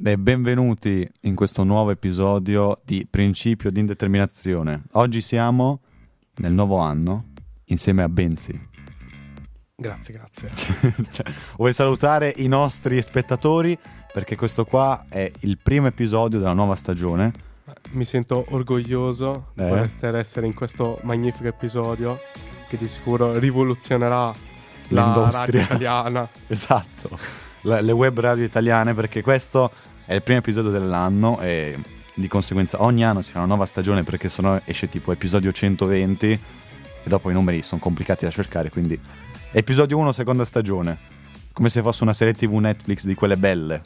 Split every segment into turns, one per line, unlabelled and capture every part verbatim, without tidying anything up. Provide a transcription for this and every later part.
e benvenuti in questo nuovo episodio di Principio di Indeterminazione. Oggi siamo nel nuovo anno insieme a Benzi.
Grazie, grazie.
Cioè, vuoi salutare i nostri spettatori? Perché questo qua è il primo episodio della nuova stagione.
Mi sento orgoglioso
Eh?
di essere in questo magnifico episodio che di sicuro rivoluzionerà la
L'industria.
radio italiana.
Esatto, le, le web radio italiane, perché questo è il primo episodio dell'anno e di conseguenza ogni anno si fa una nuova stagione, perché sennò esce tipo episodio centoventi e dopo i numeri sono complicati da cercare, quindi episodio uno, seconda stagione, come se fosse una serie tv Netflix di quelle belle.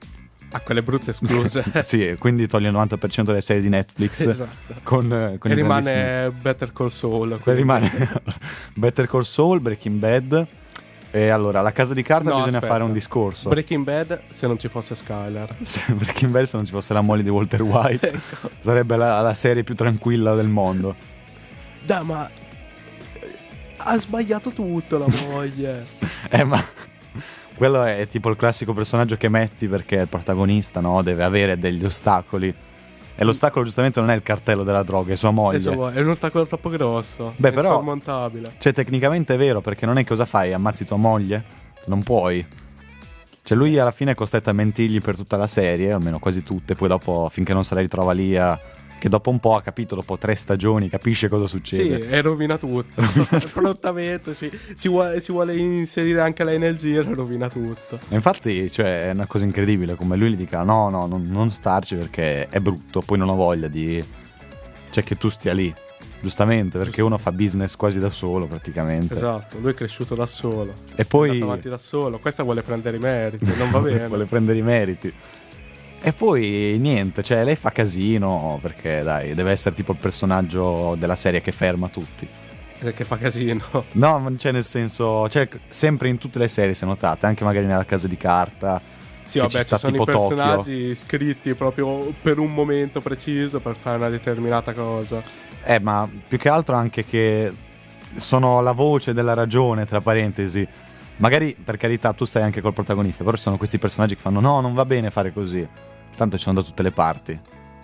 A quelle brutte escluse.
Sì, quindi toglie il novanta per cento delle serie di Netflix.
Esatto.
con, eh, con
E
i
rimane
grandissimi-
Better Call Saul.
Poi
quindi-
rimane Better Call Saul, Breaking Bad. E allora, La Casa di Carta
No,
bisogna
aspetta.
fare un discorso.
Breaking Bad se non ci fosse Skyler.
Se Breaking Bad, se non ci fosse la moglie di Walter White,
Ecco.
sarebbe la, la serie più tranquilla del mondo.
Dai, ma eh, ha sbagliato tutto la moglie.
Eh, ma quello è tipo il classico personaggio che metti perché il protagonista, no, deve avere degli ostacoli. E l'ostacolo giustamente non è il cartello della droga, è sua moglie.
Insomma, è un ostacolo troppo grosso.
Beh,
è
però-
insormontabile.
Cioè, tecnicamente è vero, perché non è cosa fai? Ammazzi tua moglie? Non puoi. Cioè, lui alla fine è costretto a mentirgli per tutta la serie, almeno quasi tutte, poi dopo, finché non se la ritrova lì, a... che dopo un po' ha capito, dopo tre stagioni, capisce cosa
Sì,
succede.
e rovina tutto. Prontamente, sì. Si vuole, si vuole inserire anche lei nel giro e rovina tutto.
E infatti, cioè, è una cosa incredibile, come lui gli dica, no, no, non, non starci perché è brutto, poi non ho voglia di... Cioè, che tu stia lì. Giustamente, perché uno fa business quasi da solo, praticamente.
Esatto, lui è cresciuto da solo.
E
È
poi...
andato avanti da solo. Questa vuole prendere i meriti, non va bene.
Vuole prendere i meriti. E poi niente, cioè lei fa casino perché dai, deve essere tipo il personaggio della serie che ferma tutti.
Perché fa casino.
No, ma c'è nel senso, cioè sempre in tutte le serie se notate, anche magari nella Casa di Carta.
Sì,
che
vabbè,
ci
ci,
sta
sono
tipo
i personaggi scritti proprio per un momento preciso per fare una determinata cosa.
Eh, ma più che altro anche che sono la voce della ragione, tra parentesi. Magari, per carità, tu stai anche col protagonista, però ci sono questi personaggi che fanno no, non va bene fare così. Tanto ci sono da tutte le parti.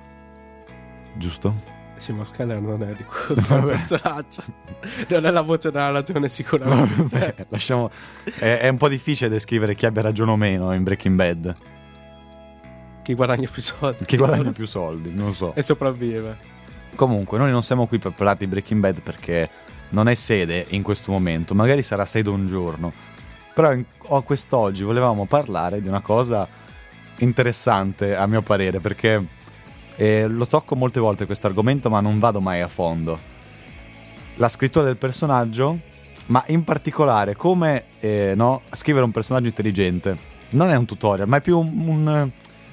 Giusto?
Sì, ma Skyler non è di quel personaggio. Non è la voce della ragione sicuramente.
Vabbè, lasciamo... è, è un po' difficile descrivere chi abbia ragione o meno in Breaking Bad.
Chi guadagna più soldi.
Chi guadagna più soldi, non so.
E sopravvive.
Comunque, noi non siamo qui per parlare di Breaking Bad perché non è sede in questo momento. Magari sarà sede un giorno. Però in, oh, quest'oggi volevamo parlare di una cosa interessante, a mio parere, perché eh, lo tocco molte volte questo argomento, ma non vado mai a fondo. La scrittura del personaggio, ma in particolare come eh, no, scrivere un personaggio intelligente. Non è un tutorial, ma è più un... un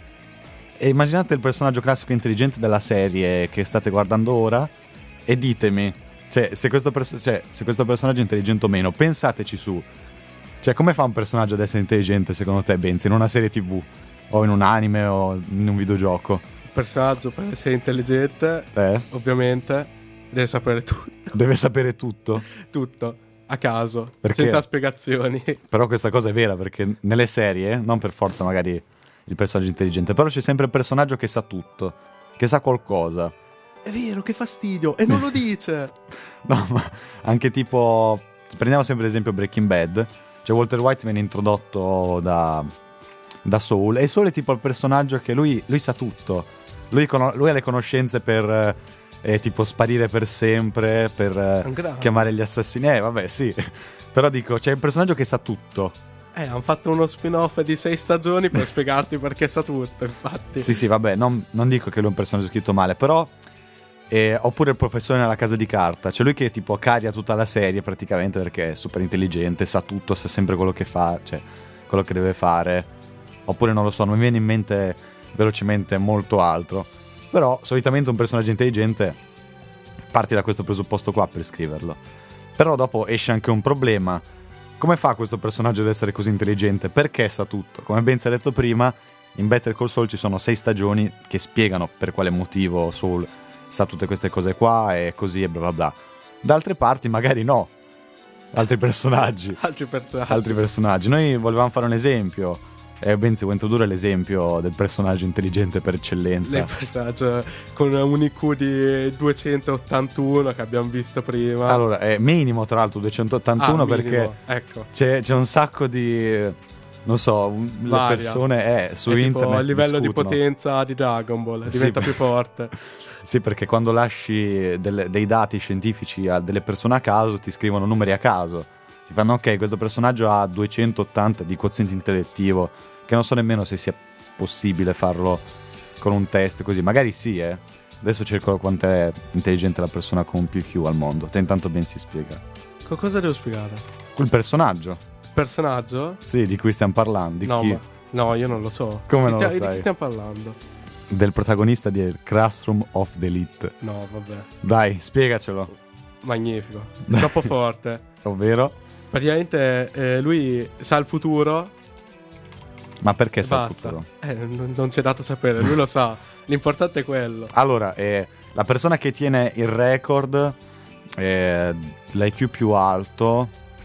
eh, immaginate il personaggio classico intelligente della serie che state guardando ora e ditemi, cioè se questo, pers- cioè, se questo personaggio è intelligente o meno, pensateci su. Cioè, come fa un personaggio ad essere intelligente secondo te, Benzi, in una serie tv? O in un anime o in un videogioco?
Il personaggio, per essere intelligente,
Eh?
ovviamente, deve sapere tutto.
Deve sapere tutto.
Tutto. A caso.
Perché?
Senza spiegazioni.
Però questa cosa è vera, perché nelle serie, non per forza magari il personaggio intelligente, però c'è sempre il personaggio che sa tutto, che sa qualcosa.
È vero, che fastidio. E non lo dice.
No, ma anche tipo... Prendiamo sempre l'esempio Breaking Bad. Cioè Walter White viene introdotto da, da Saul, e Saul è tipo il personaggio che lui, lui sa tutto. Lui, con, lui ha le conoscenze per eh, tipo sparire per sempre, per eh,
Un grande.
chiamare gli assassini. Eh vabbè sì, però dico, c'è un personaggio che sa tutto.
Eh, hanno fatto uno spin-off di sei stagioni per spiegarti perché sa tutto, infatti.
Sì sì vabbè, non, non dico che lui è un personaggio scritto male, però... Eh, oppure il professore nella Casa di Carta, cioè lui che tipo caria tutta la serie praticamente perché è super intelligente, sa tutto, sa sempre quello che fa, cioè quello che deve fare. Oppure non lo so, non mi viene in mente velocemente molto altro. Però solitamente un personaggio intelligente parti da questo presupposto qua per scriverlo. Però dopo esce anche un problema. Come fa questo personaggio ad essere così intelligente? Perché sa tutto? Come ben si è detto prima, in Better Call Saul ci sono sei stagioni che spiegano per quale motivo Saul sa tutte queste cose qua e così e bla bla bla. Da altre parti magari no. Altri personaggi.
Altri personaggi.
Altri personaggi. Noi volevamo fare un esempio. Eh, Benzi, vuoi introdurre l'esempio del personaggio intelligente per eccellenza?
Il personaggio con un I Q di duecentottantuno che abbiamo visto prima.
Allora, è minimo tra l'altro duecentottantuno,
Ah,
perché
minimo, ecco.
c'è, c'è un sacco di, non so, le
Varia.
persone eh, su
È tipo
internet
a livello
discutono.
di potenza di Dragon Ball,
Sì.
diventa più forte.
Sì, perché quando lasci delle- dei dati scientifici a delle persone a caso, ti scrivono numeri a caso. Ti fanno, ok, questo personaggio ha duecentottanta di quoziente intellettivo, che non so nemmeno se sia possibile farlo con un test così. Magari sì, eh. Adesso cerco quanto è intelligente la persona con più I Q al mondo. Te intanto ben si spiega.
Co- cosa devo spiegare?
Quel personaggio,
Personaggio?
sì, di cui stiamo parlando. Di
No,
chi?
ma- no, io non lo so.
Come
Di
non
stia-
lo
Di
sai?
chi stiamo parlando?
Del protagonista di Classroom of the Elite.
No, vabbè.
Dai, spiegacelo.
Magnifico. Troppo forte.
Ovvero?
Praticamente eh, lui sa il futuro.
Ma perché
e
sa il
basta.
futuro?
Eh, non, non c'è dato sapere, lui lo sa. L'importante è quello.
Allora, eh, la persona che tiene il record, eh, l'I Q più alto,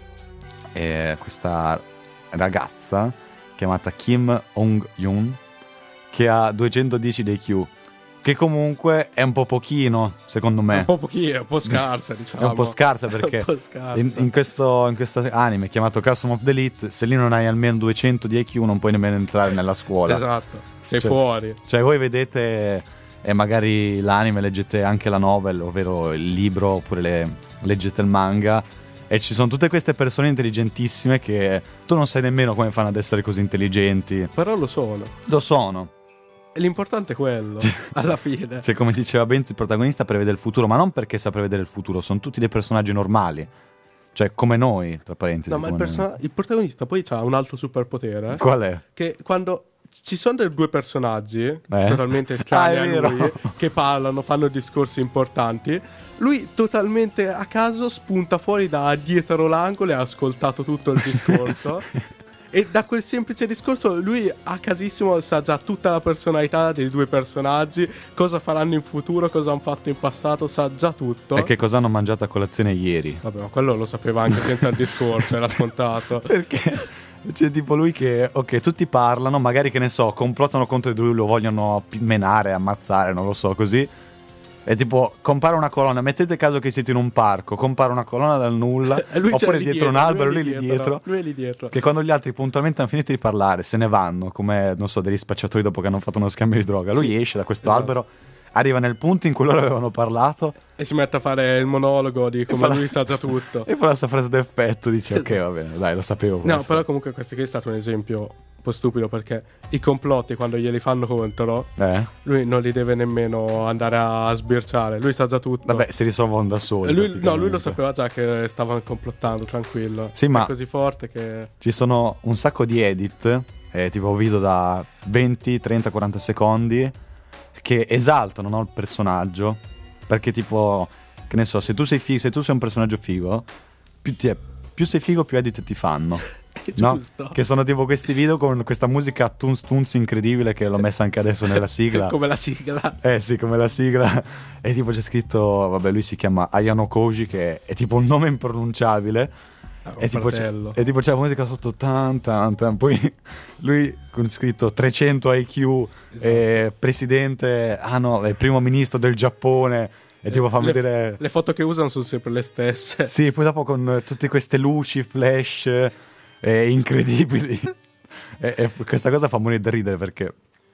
è questa ragazza chiamata Kim Hong-yoon, che ha duecentodieci di I Q, che comunque è un po' pochino, secondo me.
Un po' pochino, un po' scarsa, diciamo.
È un po' scarsa perché
un po' scarsa.
in, in questo, in questo anime chiamato Classroom of the Elite, se lì non hai almeno duecento di I Q non puoi nemmeno entrare nella scuola.
Esatto, sei
Cioè-
fuori.
Cioè voi vedete e magari l'anime, leggete anche la novel, ovvero il libro, oppure le, leggete il manga, e ci sono tutte queste persone intelligentissime che tu non sai nemmeno come fanno ad essere così intelligenti.
Però lo sono.
Lo sono.
E l'importante è quello, alla fine.
Cioè, come diceva Benzi, il protagonista prevede il futuro, ma non perché sa prevedere il futuro, sono tutti dei personaggi normali. Cioè, come noi, tra parentesi.
No, ma il,
come noi.
persona- il protagonista poi ha un altro superpotere. eh,
Qual è?
Che quando ci sono dei due personaggi
Eh?
totalmente estranei
Ah, è
a
vero.
lui, che parlano, fanno discorsi importanti, lui totalmente a caso spunta fuori da dietro l'angolo e ha ascoltato tutto il discorso. E da quel semplice discorso lui a casissimo sa già tutta la personalità dei due personaggi, cosa faranno in futuro, cosa hanno fatto in passato, sa già tutto.
E che cosa hanno mangiato a colazione ieri?
Vabbè, ma quello lo sapeva anche senza il discorso, era scontato.
Perché c'è tipo lui che, ok, tutti parlano, magari che ne so, complottano contro di lui, lo vogliono pi- menare, ammazzare, non lo so, così. E tipo, compare una colonna, mettete caso che siete in un parco, compare una colonna dal nulla,
E lui c'è
oppure
lì
dietro un
dietro,
albero,
lui
lui
è
lì
lì
dietro.
dietro, lui è lì dietro.
Che quando gli altri puntualmente hanno finito di parlare, se ne vanno, come, non so, degli spacciatori dopo che hanno fatto uno scambio di droga. Lui
Sì,
esce da questo
esatto.
albero, arriva nel punto in cui loro avevano parlato,
E si mette a fare il monologo di come
fa la-
lui sa già tutto.
e poi la sua frase d'effetto dice, ok, va bene, dai, lo sapevo.
No,
questo.
però comunque questo qui è stato un esempio un po' stupido, perché i complotti quando glieli fanno contro,
Eh?
lui non li deve nemmeno andare a sbirciare, lui sa già tutto.
Vabbè, si risolvono da soli.
E lui, no, lui
praticamente.
lo sapeva già che stavano complottando, tranquillo.
Sì, ma-
È così forte che...
Ci sono un sacco di edit, eh, tipo video da venti, trenta, quaranta secondi, che esaltano, no, il personaggio. Perché tipo, che ne so, se tu sei figo, se tu sei un personaggio figo, più, ti è- più sei figo, più edit ti fanno. No?
Giusto.
Che sono tipo questi video con questa musica tunes tunes incredibile, che l'ho messa anche adesso nella sigla.
Come la sigla.
Eh sì, come la sigla. E tipo c'è scritto, vabbè, lui si chiama Ayano Koji, che è tipo un nome impronunciabile.
Ah, un
E tipo, c'è,
fratello.
e tipo c'è la musica sotto tan tan tan. Poi lui con scritto trecento I Q,
Esatto.
eh, presidente, ah no, è primo ministro del Giappone. E tipo fa
le,
vedere...
le foto che usano sono sempre le stesse.
Sì, poi dopo con eh, tutte queste luci, flash, eh, incredibili. e, e questa cosa fa morire da ridere, perché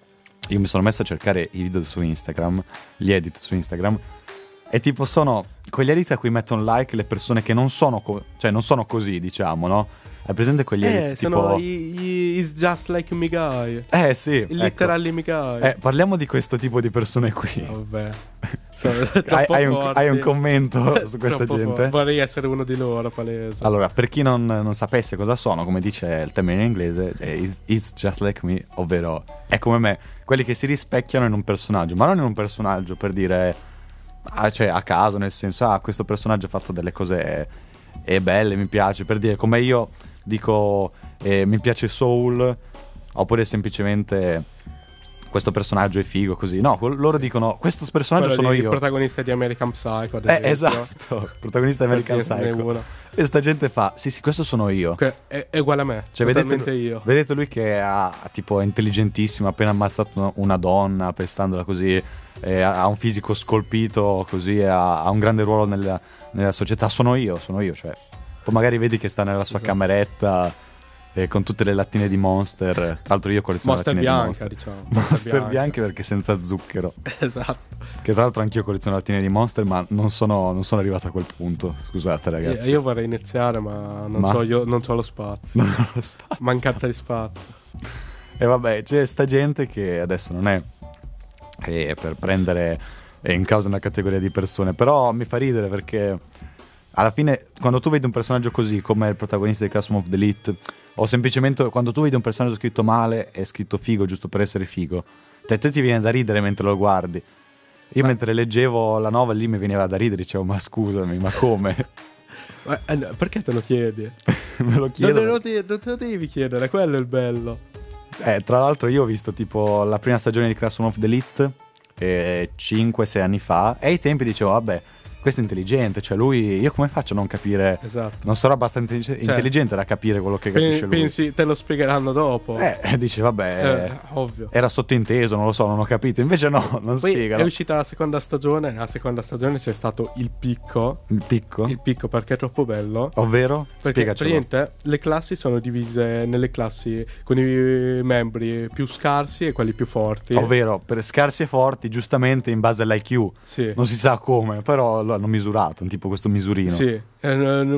io mi sono messo a cercare i video su Instagram, gli edit su Instagram, e tipo sono quegli edit a cui mettono like le persone che non sono, co- cioè non sono così, diciamo, no? Hai presente quegli
Eh,
edit
sono
tipo...
i, i It's Just Like Me Guy.
Eh sì,
Il
ecco.
Literally Me Guy.
Eh, parliamo di questo tipo di persone qui.
Vabbè. Sono
hai,
troppo
hai un,
forti.
hai un commento su questa
Troppo
gente?
forti. Vorrei essere uno di loro, palese.
Allora, per chi non, non sapesse cosa sono, come dice il termine in inglese, è it's just like me, ovvero è come me, quelli che si rispecchiano in un personaggio, ma non in un personaggio per dire, ah, cioè a caso, nel senso, ah, questo personaggio ha fatto delle cose eh, belle, mi piace, per dire, come io dico, eh, mi piace Soul, oppure semplicemente questo personaggio è figo, così. No, loro dicono, questo personaggio
Quello
sono
di-
io.
Il protagonista di American Psycho, ad
Eh,
esempio.
esatto, protagonista di American
Per dirne
Psycho.
uno.
E sta gente fa, sì sì, questo sono io.
Che è, è uguale a me,
Cioè,
totalmente
vedete,
io.
vedete lui che ha, tipo, è intelligentissimo, ha appena ammazzato una, una donna, pestandola così, eh, ha un fisico scolpito così, ha, ha un grande ruolo nella, nella società. Sono io, sono io, cioè. Poi magari vedi che sta nella sua
Esatto.
cameretta eh, con tutte le lattine di Monster. Tra l'altro io colleziono
Monster
lattine
bianca,
di Monster.
diciamo.
Monster bianche perché senza zucchero.
Esatto.
Che tra l'altro anch'io colleziono lattine di Monster, ma non sono, non sono arrivato a quel punto. Scusate ragazzi.
Io vorrei iniziare, ma non,
Ma?
So, io, non c'ho lo spazio.
Non ho lo spazio.
Mancanza di spazio.
E vabbè, c'è sta gente che adesso non è eh, per prendere in causa una categoria di persone, però mi fa ridere perché alla fine quando tu vedi un personaggio così come il protagonista di Classroom of the Elite, o semplicemente quando tu vedi un personaggio scritto male e scritto figo giusto per essere figo, cioè te ti viene da ridere mentre lo guardi. Io
Ma-
mentre leggevo la novel lì mi veniva da ridere, dicevo ma scusami, ma come?
Ma, eh, no, perché te lo chiedi?
Me lo
Non
chiedo.
te lo, de- non te lo devi chiedere, quello è il bello.
Eh, tra l'altro io ho visto tipo la prima stagione di Classroom of the Elite eh, cinque sei anni fa e ai tempi dicevo vabbè, questo è intelligente, cioè lui, io come faccio a non capire,
Esatto.
non sarò abbastanza intellig- intelligente da capire quello che capisce
Pen-
lui.
pensi, te lo spiegheranno dopo?
Eh, dice vabbè,
Eh, ovvio.
era sottinteso, non lo so, non ho capito, invece no, non
Poi
spiegano.
è uscita la seconda stagione. Nella seconda stagione c'è stato il picco.
Il picco?
Il picco perché è troppo bello.
Ovvero?
Perché
Spiegacelo.
praticamente le classi sono divise nelle classi con i membri più scarsi e quelli più forti.
Ovvero, per scarsi e forti, giustamente in base all'I Q.
Sì.
Non si sa come, però lo hanno misurato, tipo questo misurino.
Sì, eh,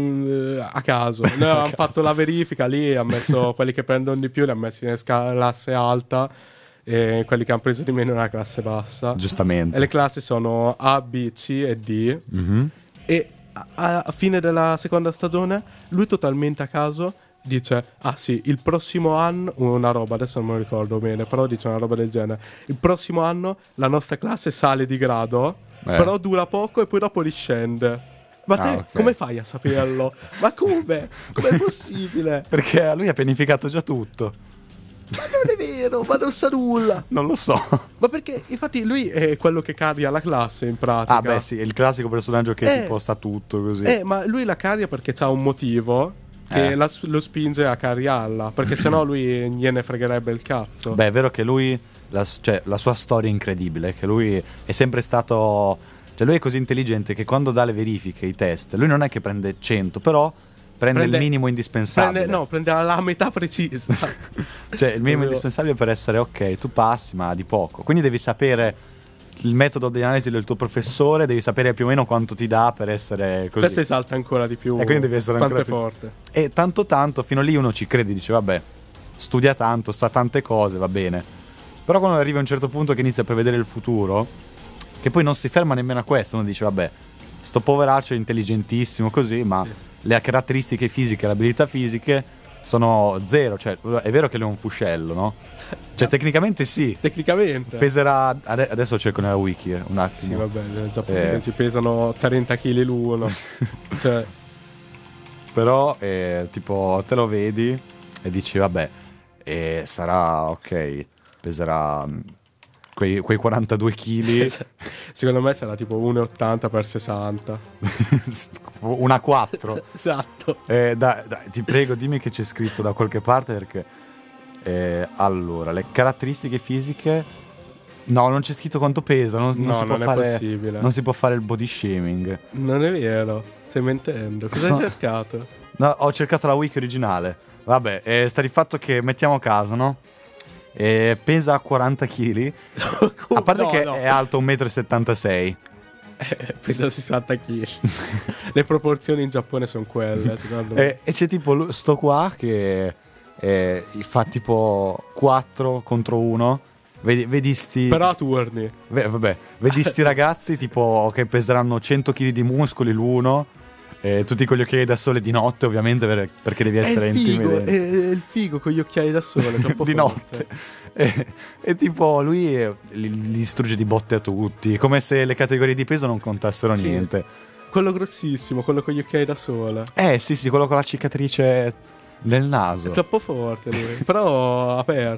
n- n- a caso. Noi avevamo fatto la verifica lì, ha messo quelli che prendono di più, li ha messi in classe alta e quelli che hanno preso di meno nella classe bassa.
Giustamente.
E le classi sono A, B, C e D.
Mhm.
E a, a fine della seconda stagione, lui totalmente a caso dice: ah sì, il prossimo anno, una roba, adesso non me lo ricordo bene, però dice una roba del genere. Il prossimo anno la nostra classe sale di grado,
Eh.
però dura poco e poi dopo riscende. Ma te
Ah, ok.
come fai a saperlo? Ma come? Com'è possibile?
Perché lui ha pianificato già tutto.
Ma non è vero, ma non sa nulla.
Non lo so.
Ma perché infatti lui è quello che cambia la classe in pratica.
Ah, beh, sì, è il classico personaggio che
Eh.
tipo sa tutto così.
Eh, ma lui la caria perché c'ha un motivo che
Eh.
la- lo spinge a cariarla. Perché sennò lui gliene fregherebbe il cazzo.
Beh, è vero che lui, la, cioè, la sua storia è incredibile, che lui è sempre stato... Cioè, lui è così intelligente che quando dà le verifiche, i test, lui non è che prende cento, però prende,
Prende-
il minimo indispensabile.
Prende, no, prende la metà precisa.
Cioè, il minimo
Proprio-
indispensabile per essere ok, tu passi, ma di poco. Quindi devi sapere il metodo di analisi del tuo professore, devi sapere più o meno quanto ti dà per essere così.
Questo esalta ancora di più.
E quindi devi essere
quanto
ancora
è
più-
forte.
E tanto tanto, fino lì uno ci crede, dice vabbè, studia tanto, sa tante cose, va bene. Però quando arriva a un certo punto che inizia a prevedere il futuro, che poi non si ferma nemmeno a questo, uno dice vabbè, sto poveraccio è intelligentissimo così, ma
Sì, sì.
le caratteristiche fisiche, le abilità fisiche sono zero. Cioè, è vero che lui è un fuscello, no? Cioè, tecnicamente sì.
Tecnicamente.
Peserà, ade- adesso cerco nella wiki eh, un
Sì,
attimo.
vabbè, i giapponesi
Eh.
pesano trenta chili l'uno. Cioè,
Però eh, tipo te lo vedi e dici vabbè, eh, sarà ok, peserà mm, quei, quei quarantadue chili,
secondo me sarà tipo uno e ottanta per sessanta.
una quattro.
Esatto.
Eh, dai, dai, ti prego, dimmi che c'è scritto da qualche parte perché eh, allora, le caratteristiche fisiche. No, non c'è scritto quanto pesa, non, non
No,
si può
non è
fare,
possibile.
non si può fare il body shaming.
Non è vero, stai mentendo. Cosa
No.
hai cercato?
No, ho cercato la wiki originale. Vabbè, eh, sta di fatto che mettiamo caso, no? Eh, pesa quaranta chili. A parte
No,
che
no.
è alto un metro e settantasei.
Eh, pesa sessanta chili. Le proporzioni in Giappone sono quelle, secondo me.
E, e c'è tipo lu- sto qua che eh, fa tipo quattro contro uno. Vedi, vedi sti...
Però a turni.
ve- vabbè, vedi sti ragazzi tipo che peseranno cento chili di muscoli l'uno. Eh, tutti con gli occhiali da sole di notte, ovviamente, per- perché devi
È
essere
il figo,
intimidente.
è, è il figo con gli occhiali da sole, troppo
di
forte.
notte. E, e tipo lui eh, li, li distrugge di botte a tutti, come se le categorie di peso non contassero
Sì.
niente.
Quello grossissimo, quello con gli occhiali da sole.
Eh sì sì, quello con la cicatrice nel
È
naso.
troppo forte lui. Però ha perso.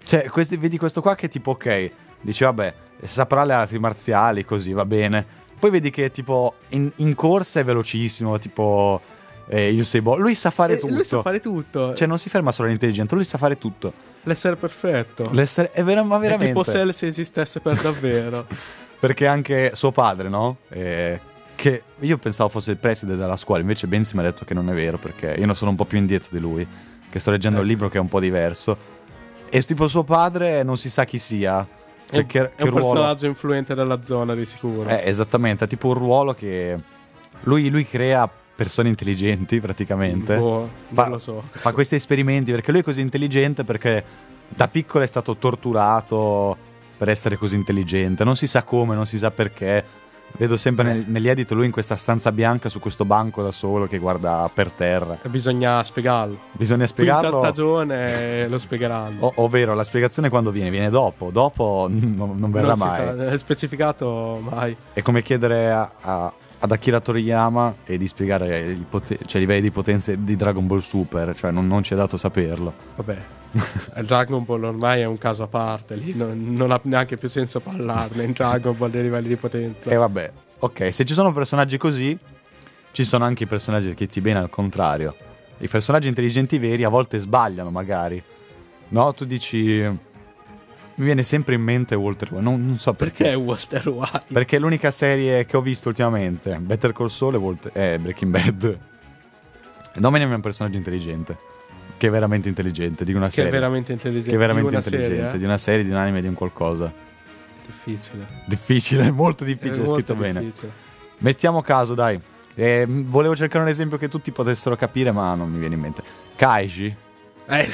Cioè, questi, vedi questo qua che tipo, ok, dice vabbè, saprà le arti marziali, così, va bene. Poi vedi che tipo in, in corsa è velocissimo, tipo eh, Usain Bolt. Lui sa fare
Eh,
tutto.
Lui sa fare tutto.
Cioè non si ferma solo all'intelligenza, lui sa fare tutto.
L'essere perfetto.
L'essere, è vera, ma
È
veramente.
tipo Cell se esistesse per davvero.
Perché anche suo padre, no? Eh, che io pensavo fosse il preside della scuola, invece Benzi mi ha detto che non è vero, perché io non sono un po' più indietro di lui, che sto leggendo
Eh.
il libro che è un po' diverso. E tipo suo padre non si sa chi sia.
È,
Cioè, che,
è
che
un
ruolo...
personaggio influente della zona di sicuro.
Eh, esattamente, è tipo un ruolo che lui, lui crea persone intelligenti praticamente.
Boh,
Fa-
non lo so.
Fa questi esperimenti perché lui è così intelligente, perché da piccolo è stato torturato per essere così intelligente. Non si sa come, non si sa perché. Vedo sempre nel- negli edit lui in questa stanza bianca su questo banco da solo che guarda per terra.
E bisogna spiegarlo.
Bisogna
Quinta
spiegarlo.
stagione lo spiegheranno.
O- ovvero la spiegazione quando viene? Viene dopo. Dopo non, non verrà
Non si
mai.
sa, è specificato mai.
È come chiedere a, a- ad Akira Toriyama e di spiegare i, pote- cioè, i livelli di potenza di Dragon Ball Super. Cioè non, non ci è dato saperlo.
Vabbè, il Dragon Ball ormai è un caso a parte. Lì non, non ha neanche più senso parlarne in Dragon Ball dei livelli di potenza.
E vabbè, ok, se ci sono personaggi così, ci sono anche i personaggi che ti bene al contrario. I personaggi intelligenti veri a volte sbagliano magari. No, tu dici... Mi viene sempre in mente Walter White, non, non so perché.
Perché Walter White?
Perché è l'unica serie che ho visto ultimamente. Better Call Saul e Walter... eh, Breaking Bad. Nominami un personaggio intelligente. Che è veramente intelligente, di una
Che
serie.
è veramente intelligente.
Che è veramente
Di una
intelligente,
serie, eh?
di una serie, di un anime, di un qualcosa.
Difficile.
Difficile, molto difficile,
È
è scritto
molto
bene.
difficile.
Mettiamo caso, dai. Eh, m- volevo cercare un esempio che tutti potessero capire, ma non mi viene in mente. Kaiji?
Eh,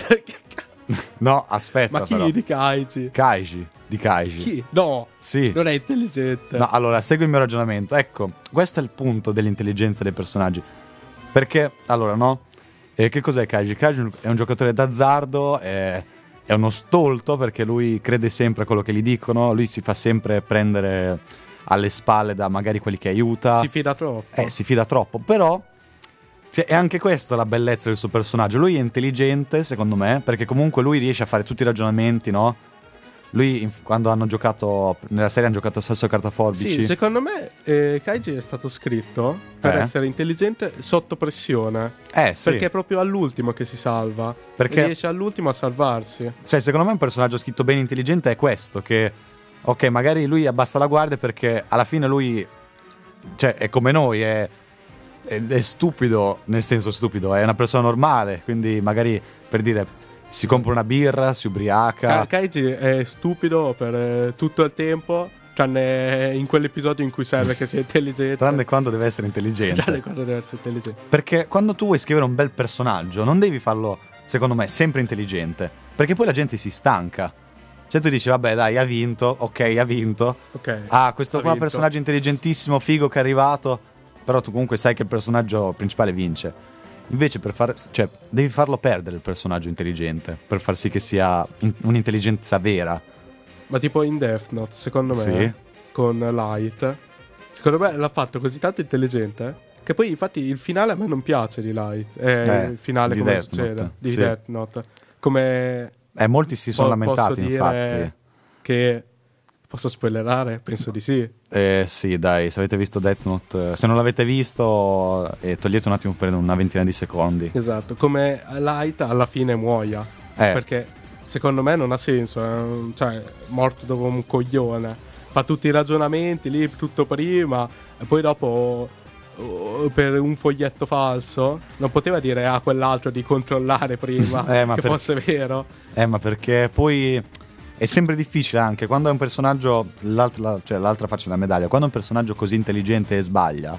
No, aspetta
ma chi
però.
di Kaiji?
Kaiji, di Kaiji.
Chi? No,
Sì.
non è intelligente.
No, allora, segui il mio ragionamento. Ecco, questo è il punto dell'intelligenza dei personaggi. Perché, allora, no? Eh, che cos'è Kaiji? Kaiji è un giocatore d'azzardo, è, è uno stolto perché lui crede sempre a quello che gli dicono, lui si fa sempre prendere alle spalle da magari quelli che aiuta.
Si fida troppo.
Eh, si fida troppo, però cioè, è anche questa la bellezza del suo personaggio. Lui è intelligente, secondo me, perché comunque lui riesce a fare tutti i ragionamenti, no? Lui, in- quando hanno giocato, nella serie hanno giocato Sasso Carta Forbici.
Sì, secondo me eh, Kaiji è stato scritto per
Eh?
essere intelligente sotto pressione.
Eh, sì.
Perché è proprio all'ultimo che si salva.
Perché-
E riesce all'ultimo a salvarsi.
Cioè, secondo me un personaggio scritto bene intelligente è questo, che ok, magari lui abbassa la guardia perché alla fine lui, cioè, è come noi, è, è, è stupido, nel senso stupido, è una persona normale, quindi magari, per dire, si compra una birra, si ubriaca.
Ka- Kaiji è stupido per eh, tutto il tempo, tranne in quell'episodio in cui serve che sia intelligente.
Tranne quando deve essere intelligente.
Tranne quando deve essere intelligente.
Perché quando tu vuoi scrivere un bel personaggio, non devi farlo, secondo me, sempre intelligente. Perché poi la gente si stanca. Cioè tu dici, vabbè dai, ha vinto, ok, ha vinto.
Ok.
Ah, questo
Ha
qua
vinto.
personaggio intelligentissimo, figo che è arrivato. Però tu comunque sai che il personaggio principale vince. Invece per far, cioè, devi farlo perdere il personaggio intelligente, per far sì che sia in- un'intelligenza vera.
Ma tipo in Death Note, secondo me,
Sì.
con Light, secondo me l'ha fatto così tanto intelligente che poi infatti il finale a me non piace di Light. Eh,
Eh,
il finale
di
come
Death
succede
Note,
di
sì.
Death Note. Come
Eh, molti si sono
po-
lamentati,
posso dire
infatti.
che posso spoilerare? Penso di sì.
Eh, sì, dai, se avete visto Death Note, eh, se non l'avete visto, eh, togliete un attimo per una ventina di secondi.
Esatto, come Light alla fine muoia.
Eh.
Perché secondo me non ha senso, è un- cioè morto dopo un coglione. Fa tutti i ragionamenti lì tutto prima e poi dopo oh, per un foglietto falso non poteva dire a quell'altro di controllare prima
Eh, ma
che
per-
fosse vero.
Eh, ma perché poi è sempre difficile anche quando è un personaggio, l'altra, la- cioè l'altra faccia della medaglia, quando è un personaggio così intelligente e sbaglia,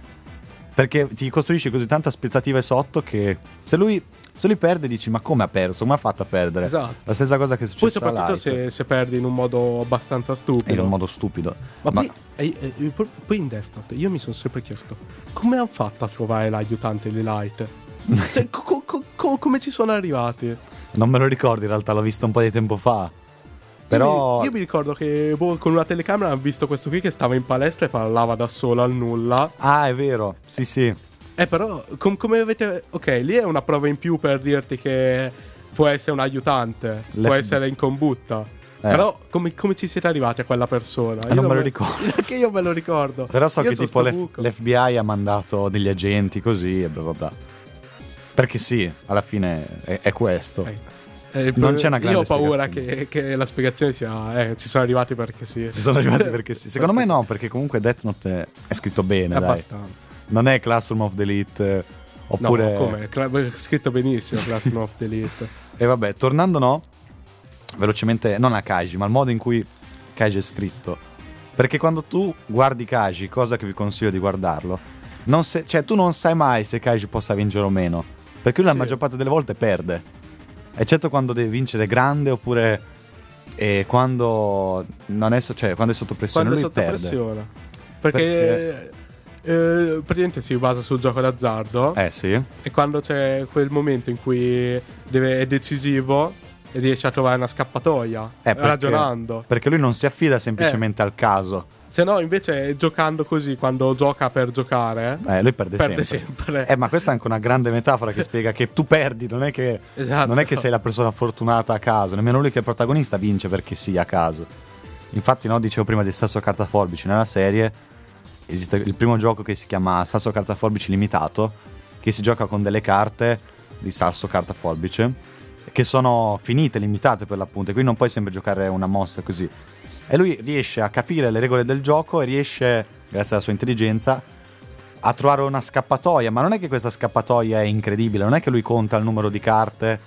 perché ti costruisci così tante aspettative sotto che se lui, se lui perde dici ma come ha perso, come ha fatto a perdere?
Esatto.
La stessa cosa che è
Poi
successa a
soprattutto
Light,
se, se perdi in un modo abbastanza stupido.
in un modo stupido.
Ma,
Ma-
poi, eh, eh, poi- poi in Death Note io mi sono sempre chiesto come hanno fatto a trovare l'aiutante di Light? Cioè, co- co- co- come ci sono arrivati?
non me lo ricordo in realtà, l'ho visto un po' di tempo fa. Però
Io mi, io mi ricordo che boh, con una telecamera hanno visto questo qui che stava in palestra e parlava da solo al nulla.
ah, è vero, sì sì.
Eh, però, com- come avete. Ok, lì è una prova in più per dirti che può essere un aiutante,
L'F-
può essere in combutta.
Eh.
Però come, come ci siete arrivati a quella persona?
Eh,
Io
non me lo
me-
ricordo.
Che io me lo ricordo.
Però so
Io
che
so
tipo
sto
l'F-
buco.
l'F B I ha mandato degli agenti così e bla bla bla. Perché sì, alla fine è, è questo.
Eh, eh,
Non c'è una grande
Io ho paura
spiegazione.
che, che la spiegazione sia eh, ci sono arrivati perché sì.
Ci sono arrivati perché sì. Secondo me no, perché comunque Death Note è, è scritto bene, dai.
Abbastanza.
Non è Classroom of the Elite eh, oppure...
No, come? Cla- scritto benissimo Classroom of the Elite.
E vabbè, tornando no, velocemente, non a Kaiji, ma al modo in cui Kaiji è scritto. Perché quando tu guardi Kaiji, cosa che vi consiglio di guardarlo, non se- cioè tu non sai mai se Kaiji possa vincere o meno. Perché lui
Sì.
la maggior parte delle volte perde. Eccetto quando deve vincere grande oppure eh, quando non è, so- cioè, quando è sotto pressione.
Quando è
lui
sotto
perde.
pressione. Perché, eh, praticamente si basa sul gioco d'azzardo.
Eh sì.
E quando c'è quel momento in cui deve, è decisivo e riesce a trovare una scappatoia,
Eh, perché-
ragionando.
Perché lui non si affida semplicemente
Eh.
al caso.
Se no, invece, giocando così, quando gioca per giocare,
Eh, lui perde,
perde
sempre.
sempre.
Eh, ma questa è anche una grande metafora che spiega che tu perdi, non è che,
Esatto.
non è che sei la persona fortunata a caso, nemmeno lui che è il protagonista vince perché sì, a caso. Infatti, no, dicevo prima del sasso carta forbici, nella serie esiste il primo gioco che si chiama sasso carta forbici limitato, che si gioca con delle carte di sasso carta forbice, che sono finite, limitate per l'appunto, e quindi non puoi sempre giocare una mossa così. E lui riesce a capire le regole del gioco e riesce, grazie alla sua intelligenza, a trovare una scappatoia. Ma non è che questa scappatoia è incredibile, non è che lui conta il numero di carte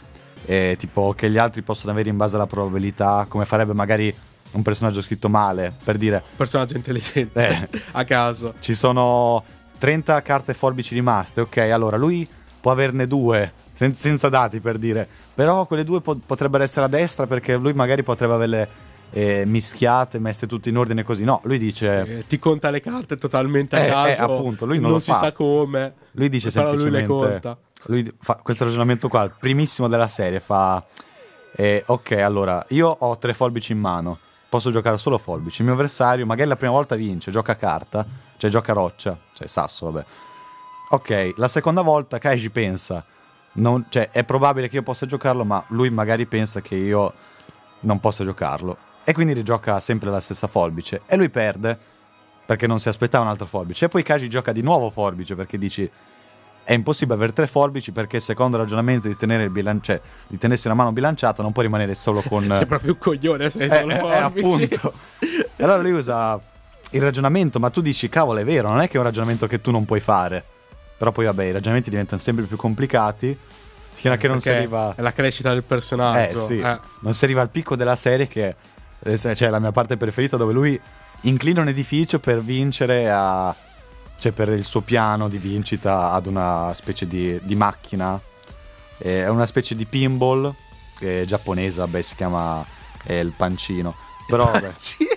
eh, tipo che gli altri possono avere in base alla probabilità, come farebbe magari un personaggio scritto male, per dire
Personaggio intelligente.
Eh.
A caso.
ci sono trenta carte forbici rimaste, ok, allora lui può averne due sen- senza dati, per dire, però quelle due po- potrebbero essere a destra perché lui magari potrebbe averle eh, mischiate, messe tutte in ordine così. No, lui dice
Eh, ti conta le carte totalmente a
Eh,
caso.
eh, appunto, lui non lo
si
fa.
sa come.
Lui dice
però lui le
semplicemente
conta.
lui fa questo ragionamento qua, il primissimo della serie, fa eh, ok, allora io ho tre forbici in mano, posso giocare solo forbici, il mio avversario magari la prima volta vince, gioca carta, cioè gioca roccia, cioè sasso, vabbè. Ok, la seconda volta Kaiji pensa non, cioè è probabile che io possa giocarlo, ma lui magari pensa che io non possa giocarlo e quindi rigioca sempre la stessa forbice e lui perde perché non si aspettava un'altra forbice. E poi Kaiji gioca di nuovo forbice perché dici è impossibile avere tre forbici perché secondo il ragionamento di tenere il bilan- cioè, di tenersi una mano bilanciata non puoi rimanere solo con
Sei proprio un coglione, sei
eh,
solo
eh,
forbici.
appunto. E allora lui usa il ragionamento, ma tu dici cavolo è vero, non è che è un ragionamento che tu non puoi fare. Però poi vabbè i ragionamenti diventano sempre più complicati fino a che non si
Perché
arriva
è la crescita del
eh
personaggio.
sì,
eh.
non si arriva al picco della serie che eh, cioè la mia parte preferita, dove lui inclina un edificio per vincere a cioè per il suo piano di vincita ad una specie di, di macchina, eh, è una specie di pinball che è giapponese, vabbè si chiama eh, il pancino, però vabbè.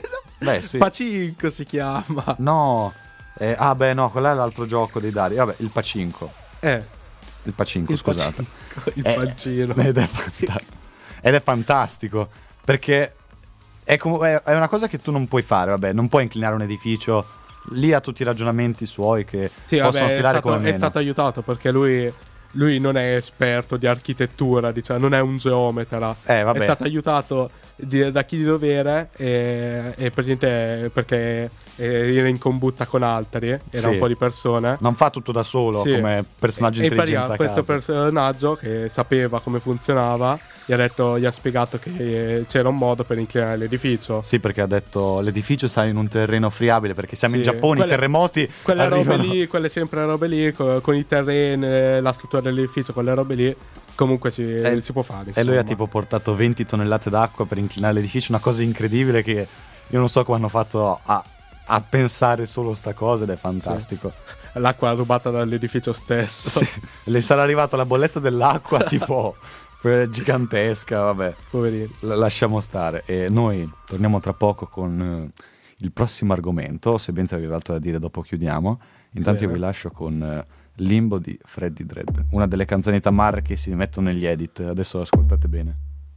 Beh sì,
Pacinco si chiama.
no eh, ah beh no, quello è l'altro gioco dei dadi, vabbè il pacinco,
Eh,
il pacinco
il
scusate.
pacinco, il
Eh,
pancino.
ed è, fanta- ed è fantastico perché è, com- è è una cosa che tu non puoi fare, vabbè, non puoi inclinare un edificio, lì ha tutti i ragionamenti suoi che
Sì,
possono
vabbè, è
filare
stato,
come
è
meno.
stato aiutato perché lui, lui non è esperto di architettura, diciamo, non è un geometra.
Eh, vabbè.
È stato aiutato di- da chi di dovere e, e praticamente perché eh, era in combutta con altri, era
Sì.
un po' di persone.
Non fa tutto da solo
Sì.
come personaggio
E in
intelligenza
pratica
a
questo
caso.
personaggio che sapeva come funzionava gli ha detto, gli ha spiegato che c'era un modo per inclinare l'edificio.
Sì, perché ha detto l'edificio sta in un terreno friabile perché siamo in
Sì,
Giappone,
quelle-
i terremoti
Quelle
arrivano-
robe lì, quelle sempre robe lì, co- con i terreni, eh, la struttura dell'edificio, quelle robe lì, comunque si,
E-
si può fare.
E lui ha
insomma.
tipo portato venti tonnellate d'acqua per inclinare l'edificio, una cosa incredibile che io non so come hanno fatto a, a pensare solo sta cosa, ed è fantastico.
L'acqua rubata dall'edificio stesso.
Sì. Le sarà arrivata la bolletta dell'acqua tipo eh, gigantesca, vabbè.
Poverino.
L- lasciamo stare. E noi torniamo tra poco con eh, il prossimo argomento, se ben se avete altro da dire dopo chiudiamo. Intanto io
Bene.
vi lascio con eh, Limbo di Freddy Dredd, una delle canzoni tamarre che si mettono negli edit. Adesso ascoltate bene.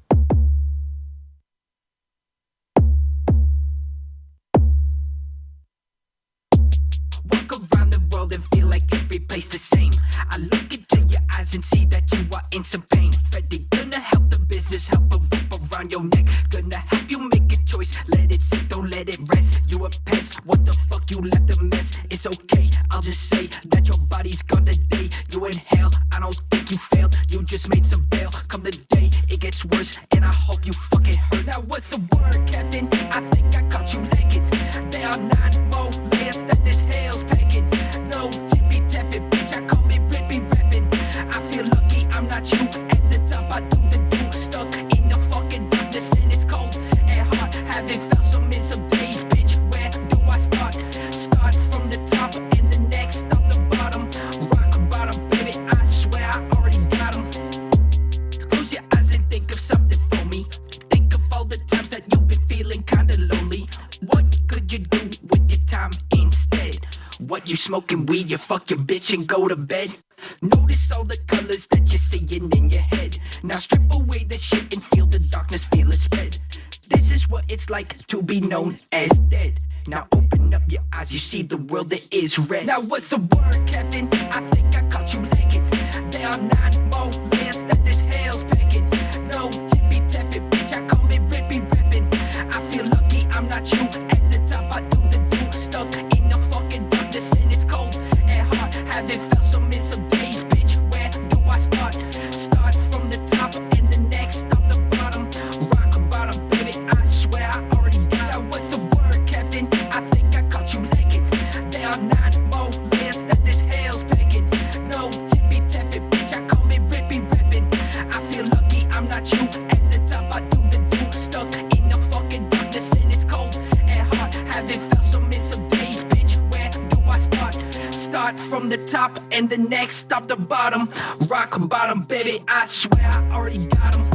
Walk around the world and feel like every place the same. I look into your eyes and see that you are in some pain. Freddy, gonna you a pest. What the fuck, you left a mess. It's okay, I'll just say that your body's gone today. You inhale, I don't think you failed. You just made some bail. Come the day, it gets worse, and I hope you fucking hurt. Now what's the word, Captain? I think I caught you legged. There are nine more layers that this hell's packing. No tippy tappy, bitch, I call me rippy rapping. I feel lucky I'm not you. At the top, I do the do. Stuck in the fucking darkness, and it's cold and hard. Haven't felt some in some days, bitch. Where do I start? Start from the top, and the next stop the bottom. Rock bottom, baby, I swear I already got 'em. Close your eyes and think of something for me. Think of all the times that you've been feeling kinda lonely. What could you do with your time instead? What, you smoking weed, you fuck your bitch and go to bed? Notice all the colors that you're seeing in your head. Now strip away the shit and feel the darkness, feel it spread. This is what it's like to be known as dead. Now open up your eyes, you see the world that is red. Now what's the word, Captain? I think I caught you legged. There are nine more layers that this hell's packing. No tippy tappy, bitch, I call me rippy rapping. I feel lucky I'm not you. At the top, I do the do. Stuck in the fucking darkness, and it's cold and hard. Haven't felt some in some days, bitch. Where do I start? Start from the top, and the next stop the bottom. Rock bottom, baby, I swear I already got. Now what's the word, Captain? I think I caught you legged. There are nine more layers that this hell's packing. No tippy tappy, bitch, I call me rippy rapping. I feel lucky I'm not you. At the top, I do the do. Stuck in the fucking darkness, and it's cold and hard. Haven't felt some in some days, bitch. Where do I start? Start from the top, and the next stop the bottom. Rock bottom, baby, I swear I already got 'em.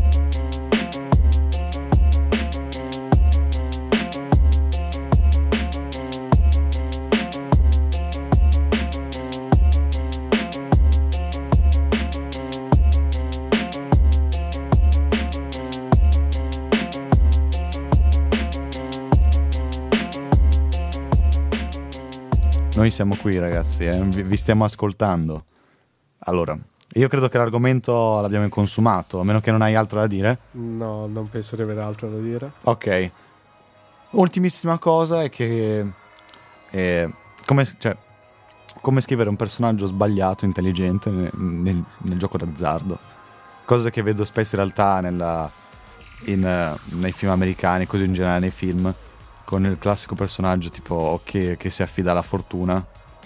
Noi siamo qui, ragazzi, eh, vi vi stiamo ascoltando. Allora, io credo che l'argomento l'abbiamo consumato, a meno che non hai altro da dire.
No, non penso di avere altro da dire.
Ok. Ultimissima cosa è che eh, come, cioè, come scrivere un personaggio sbagliato, intelligente nel, nel- nel gioco d'azzardo. Cosa che vedo spesso in realtà nella, in, eh, nei film americani, così in generale nei film, con il classico personaggio tipo che, che si affida alla fortuna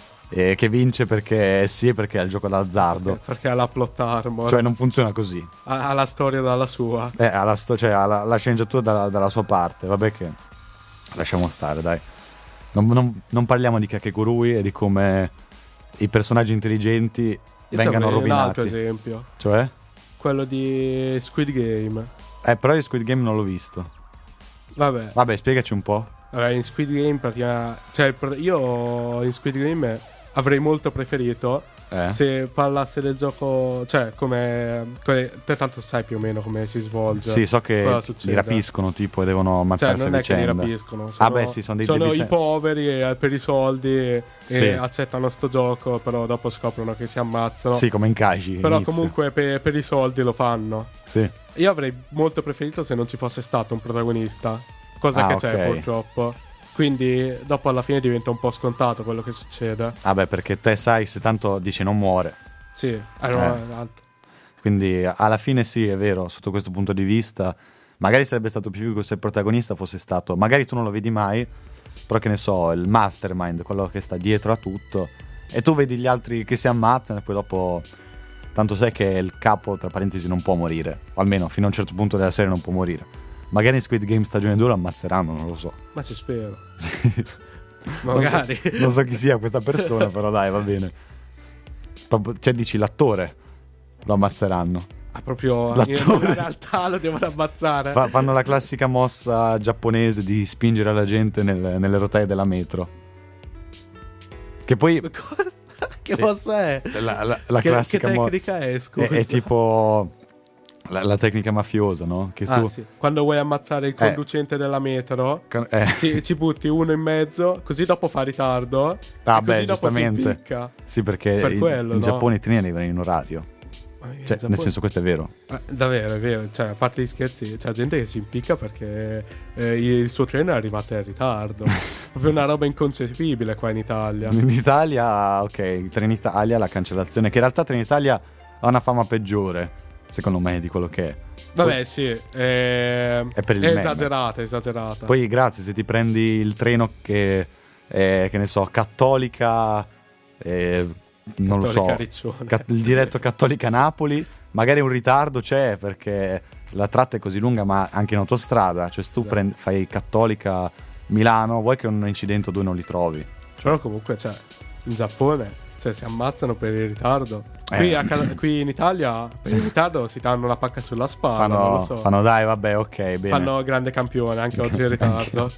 e che vince perché sì, perché è il gioco d'azzardo.
Perché ha la plot armor.
Cioè non funziona così.
ha, ha la storia dalla sua.
Eh, ha la, sto- cioè, ha la, la sceneggiatura dalla, dalla sua parte. Vabbè che lasciamo stare, dai. Non, non- non parliamo di Kakegurui e di come i personaggi intelligenti
Io
vengano
c'avrei un altro
rovinati.
esempio.
Cioè?
Quello di Squid Game.
Eh, però io Squid Game non l'ho visto.
Vabbè.
Vabbè, spiegaci un po'.
Vabbè, in Squid Game praticamente, cioè per- io in Squid Game avrei molto preferito
Eh?
se parlasse del gioco, cioè come, come te tanto sai più o meno come si svolge.
Sì, so che
cosa
li
succede.
rapiscono tipo e devono
Cioè
ammazzarsi
non
a
è che li
vicenda.
rapiscono,
Ah beh, sì, sono dei
sono
debiti-
i poveri eh, per i soldi e
Sì.
accettano sto gioco, però dopo scoprono che si ammazzano.
Sì, come in Kaiji.
Però
inizio.
comunque per, per i soldi lo fanno.
Sì.
Io avrei molto preferito se non ci fosse stato un protagonista, cosa
Ah,
che c'è
ok.
purtroppo. Quindi dopo alla fine diventa un po' scontato quello che succede.
Vabbè, perché te sai se tanto dice non muore.
Sì, eh, no, eh,
Quindi alla fine sì, è vero, sotto questo punto di vista magari sarebbe stato più figo se il protagonista fosse stato, magari tu non lo vedi mai, però che ne so, il mastermind, quello che sta dietro a tutto, e tu vedi gli altri che si ammazzano e poi dopo tanto sai che il capo, tra parentesi, non può morire, o almeno fino a un certo punto della serie non può morire. Magari in Squid Game stagione due lo ammazzeranno, non lo so.
ma ci spero.
Sì.
Magari.
Non so, non so chi sia questa persona, però dai, va bene. Proprio- cioè dici l'attore lo ammazzeranno.
Ah, proprio in
L'attore.
in realtà lo devono ammazzare.
Fa- fanno la classica mossa giapponese di spingere la gente nel- nelle rotaie della metro. Che poi
Cosa- che mossa è?
la, la- la
che,
classica
che
mo-
tecnica è, scusa?
è, è tipo la, la tecnica mafiosa, no? Che
Ah,
tu
sì. Quando vuoi ammazzare il conducente della metro,
con- eh,
ci, ci butti uno in mezzo, così dopo fa ritardo.
Ah,
e
beh,
così dopo si
giustamente.
impicca.
sì, perché
per
in,
quello,
in
no?
Giappone i treni arrivano in orario. Cioè, nel senso, questo è vero.
Eh, davvero, è vero. Cioè, a parte gli scherzi, c'è gente che si impicca perché eh, il suo treno è arrivato in ritardo. Proprio una roba inconcepibile qua in Italia.
In Italia, ok, Trenitalia, la cancellazione, che in realtà Trenitalia ha una fama peggiore, secondo me, di quello che è.
Vabbè, sì, è,
è, per il
è
meme.
esagerata, è esagerata.
Poi, grazie, se ti prendi il treno che è, che ne so, cattolica, eh, non
Cattolica
lo so,
Riccione.
ca- il diretto cattolica Napoli, magari un ritardo c'è perché la tratta è così lunga, ma anche in autostrada, cioè se tu
Esatto.
prendi, fai cattolica Milano, vuoi che un incidente o due non li trovi?
Però comunque, cioè, in Giappone, cioè, si ammazzano per il ritardo.
Eh.
Qui, a casa- qui in Italia, per il ritardo si danno una pacca sulla spalla, non
Fanno,
lo so.
fanno dai, vabbè, ok, bene.
Fanno grande campione, anche oggi in ritardo.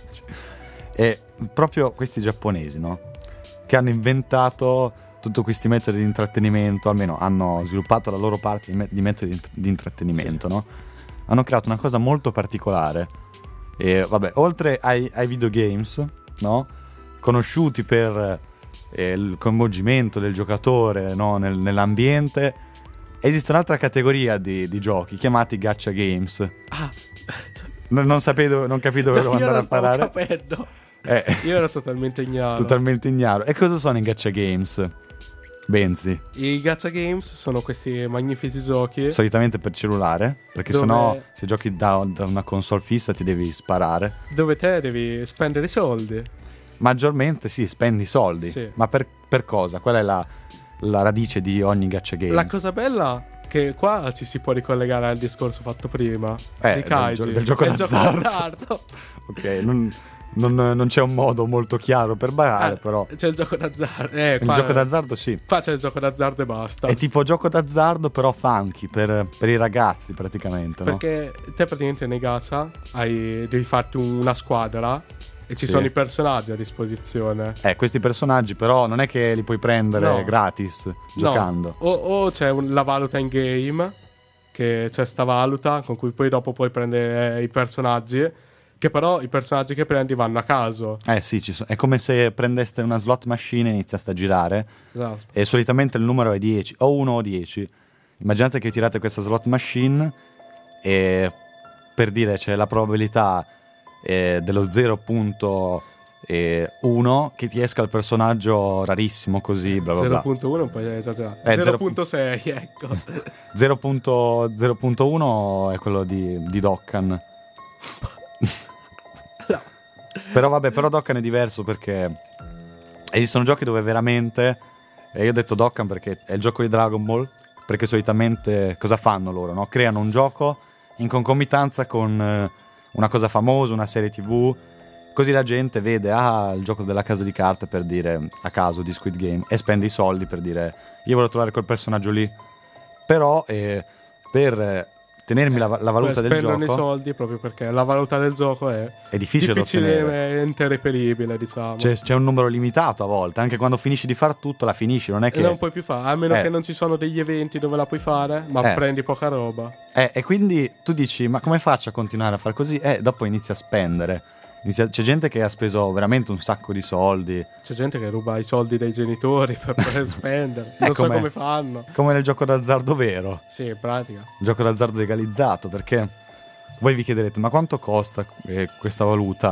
E proprio questi giapponesi, no? Che hanno inventato tutti questi metodi di intrattenimento, almeno hanno sviluppato la loro parte di, me- di metodi di, di intrattenimento, no? Hanno creato una cosa molto particolare. E vabbè, oltre ai, ai videogames, no? Conosciuti per eh, il coinvolgimento del giocatore, no? Nel- nell'ambiente, esiste un'altra categoria di, di giochi chiamati gacha games.
Ah,
Non, non sapevo, non capito dove
io
devo andare
non
a
stavo
parare.
capendo.
Eh,
Io ero totalmente ignaro.
totalmente ignaro. E cosa sono i gacha games? Benzi,
I gacha games sono questi magnifici giochi
solitamente per cellulare, perché
Dove-
sennò se giochi da, da una console fissa ti devi sparare.
dove te devi spendere i soldi.
Maggiormente sì, spendi soldi.
Sì.
Ma per, per cosa? Qual è la, la radice di ogni gacha games?
La cosa bella è che qua ci si può ricollegare al discorso fatto prima
Eh,
di
del
Kaiji.
gio- del gioco
È il
d'azzardo.
d'azzardo.
Ok, non, non- non c'è un modo molto chiaro per barare,
Ah,
però
c'è il gioco d'azzardo. Eh,
il
qua,
gioco d'azzardo sì.
qua c'è il gioco d'azzardo e basta.
È tipo gioco d'azzardo però funky, per, per i ragazzi praticamente, no?
Perché te praticamente nei gacha hai, devi farti un- una squadra e ci
Sì.
sono i personaggi a disposizione.
Eh, questi personaggi però non è che li puoi prendere
No.
gratis giocando.
No. O, o c'è un- la valuta in game, che c'è sta valuta con cui poi dopo puoi prendere eh, i personaggi, che però i personaggi che prendi vanno a caso.
Eh sì, ci so- è come se prendeste una slot machine e iniziaste a girare
Esatto.
e solitamente il numero è dieci, o uno o dieci. Immaginate che tirate questa slot machine e per dire c'è la probabilità eh, dello zero virgola uno che ti esca il personaggio rarissimo così, bla bla bla.
zero virgola uno un po' esagerato.
Eh,
zero virgola sei, ecco.
zero virgola uno è quello di, di Dokkan.
No.
Però vabbè, però Dokkan è diverso perché esistono giochi dove veramente, e io ho detto Dokkan perché è il gioco di Dragon Ball, perché solitamente cosa fanno loro, no? Creano un gioco in concomitanza con eh, una cosa famosa, una serie tv, così la gente vede ah il gioco della casa di carte, per dire a caso, di Squid Game, e spende i soldi per dire io voglio trovare quel personaggio lì. Però eh, per eh, tenermi la, la valuta
Poi
del
spendono
gioco
i soldi proprio perché la valuta del gioco è
è difficile, da ottenere.
difficilmente reperibile, diciamo.
C'è, c'è un numero limitato a volte, anche quando finisci di far tutto la finisci, non è
E
che
non puoi più fare, a meno
Eh.
che non ci sono degli eventi dove la puoi fare, ma
Eh.
prendi poca roba.
eh, e quindi tu dici ma come faccio a continuare a far così? Eh, dopo inizi a spendere. Inizia- C'è gente che ha speso veramente un sacco di soldi,
C'è gente che ruba i soldi dai genitori per poter spendere.
Eh,
Non so
com'è?
come fanno.
come nel gioco d'azzardo vero,
Sì, in pratica.
il gioco d'azzardo legalizzato, perché voi vi chiederete ma quanto costa eh, questa valuta?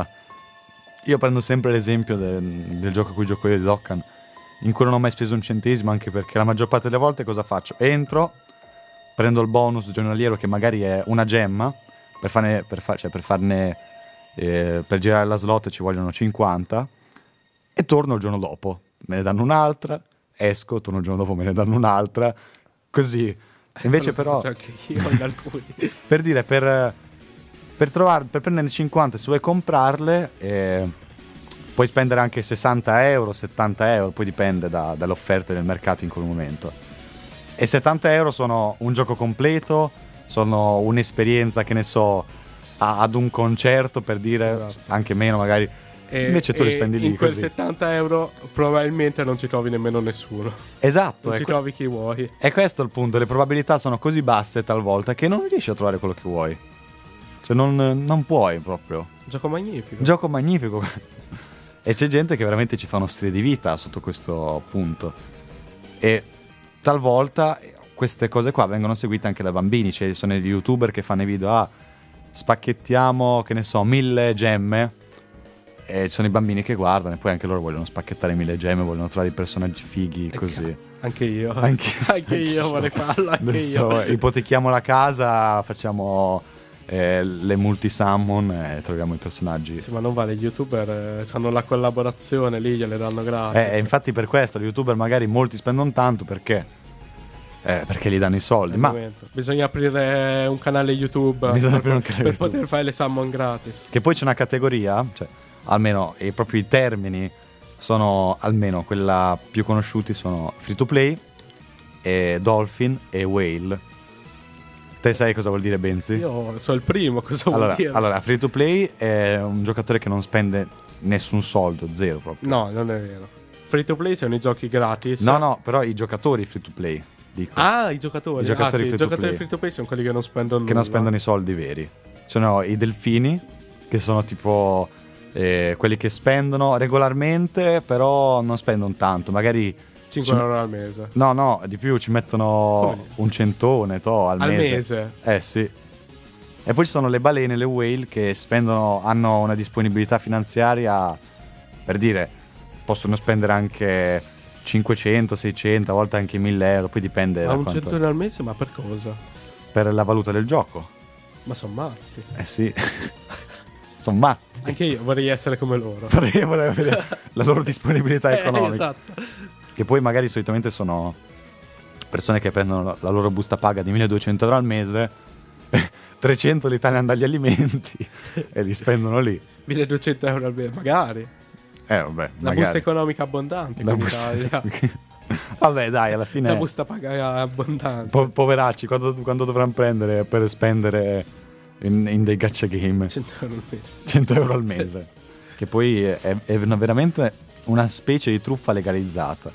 Io prendo sempre l'esempio del, del gioco a cui gioco io di Dokkan, in cui non ho mai speso un centesimo, anche perché la maggior parte delle volte cosa faccio? Entro, prendo il bonus giornaliero che magari è una gemma, per farne, per fa- cioè per farne eh, per girare la slot ci vogliono cinquanta, e torno il giorno dopo, me ne danno un'altra, esco, torno il giorno dopo, me ne danno un'altra, così. Invece però,
C'è anche io in alcuni.
per dire, per, per trovare, per prenderne cinquanta, se vuoi comprarle, eh, puoi spendere anche sessanta euro, settanta euro, poi dipende da- dalle offerte del mercato in quel momento. E settanta euro sono un gioco completo, sono un'esperienza, che ne so, a- ad un concerto, per dire,
Esatto.
anche meno magari.
E-
Invece tu li
e
spendi lì
in quel
così.
settanta euro probabilmente non ci trovi nemmeno nessuno.
Esatto,
Non
è,
ci
que-
trovi chi vuoi.
è questo il punto, le probabilità sono così basse talvolta che non riesci a trovare quello che vuoi. Cioè non, non puoi proprio.
Gioco magnifico.
Gioco magnifico. E c'è gente che veramente ci fa uno stile di vita sotto questo punto. E talvolta queste cose qua vengono seguite anche da bambini. Cioè, sono gli youtuber che fanno i video, ah, spacchettiamo, che ne so, mille gemme, e ci sono i bambini che guardano e poi anche loro vogliono spacchettare mille gemme, vogliono trovare i personaggi fighi,
E
così.
cazzo, anche io.
Anche,
Anche io vorrei farlo, anche
Adesso
io.
ipotechiamo la casa, facciamo eh, le multi-summon e troviamo i personaggi.
Sì, ma non vale, gli youtuber eh, hanno la collaborazione lì, gliele danno gratis.
Eh, e infatti per questo gli youtuber magari molti spendono tanto perché eh, perché gli danno i soldi.
Al
Ma
momento. Bisogna aprire un canale YouTube
Bisogna
per,
aprire un canale
per
YouTube.
poter fare le summon gratis.
che poi c'è una categoria, cioè almeno i propri termini sono, almeno quella più conosciuti sono free to play, e dolphin e whale. Te sai cosa vuol dire, Benzi?
Io so il primo, cosa
Allora,
vuol dire?
allora, free to play è un giocatore che non spende nessun soldo, zero proprio.
No, non è vero. Free to play sono i giochi gratis.
No, no, però i giocatori free to play, dico,
Ah, i giocatori.
I giocatori
ah, sì,
free
i
to
giocatori
play.
free to play sono quelli che non spendono
che non
nulla.
spendono i soldi veri. Sono i delfini, che sono tipo eh, quelli che spendono regolarmente, però non spendono tanto, magari
cinque
ci-
euro al mese.
no, no, di più, ci mettono
Come?
un centone to, al,
Al
mese.
mese?
Eh sì. E poi ci sono le balene, le whale, che spendono, hanno una disponibilità finanziaria, per dire, possono spendere anche cinquecento, seicento, a volte anche mille euro, poi dipende
Ma
da
un
quanto,
centone al mese, ma per cosa?
per la valuta del gioco.
Ma sono matti.
Eh sì. Sono matti.
Anche io vorrei essere come loro.
Vorrei vorrei avere la loro disponibilità
Eh,
economica.
esatto.
Che poi magari solitamente sono persone che prendono la, la loro busta paga di milleduecento euro al mese, trecento li tagliano dagli alimenti e li spendono lì.
milleduecento euro al mese, magari.
Eh vabbè,
La
magari.
busta economica abbondante
La
in
busta-
Italia.
Vabbè dai, alla fine
La busta paga abbondante.
po- poveracci, quando, quando dovranno prendere per spendere in, in dei gacha game
cento euro al mese.
cento euro al mese, che poi è, è una- veramente una specie di truffa legalizzata,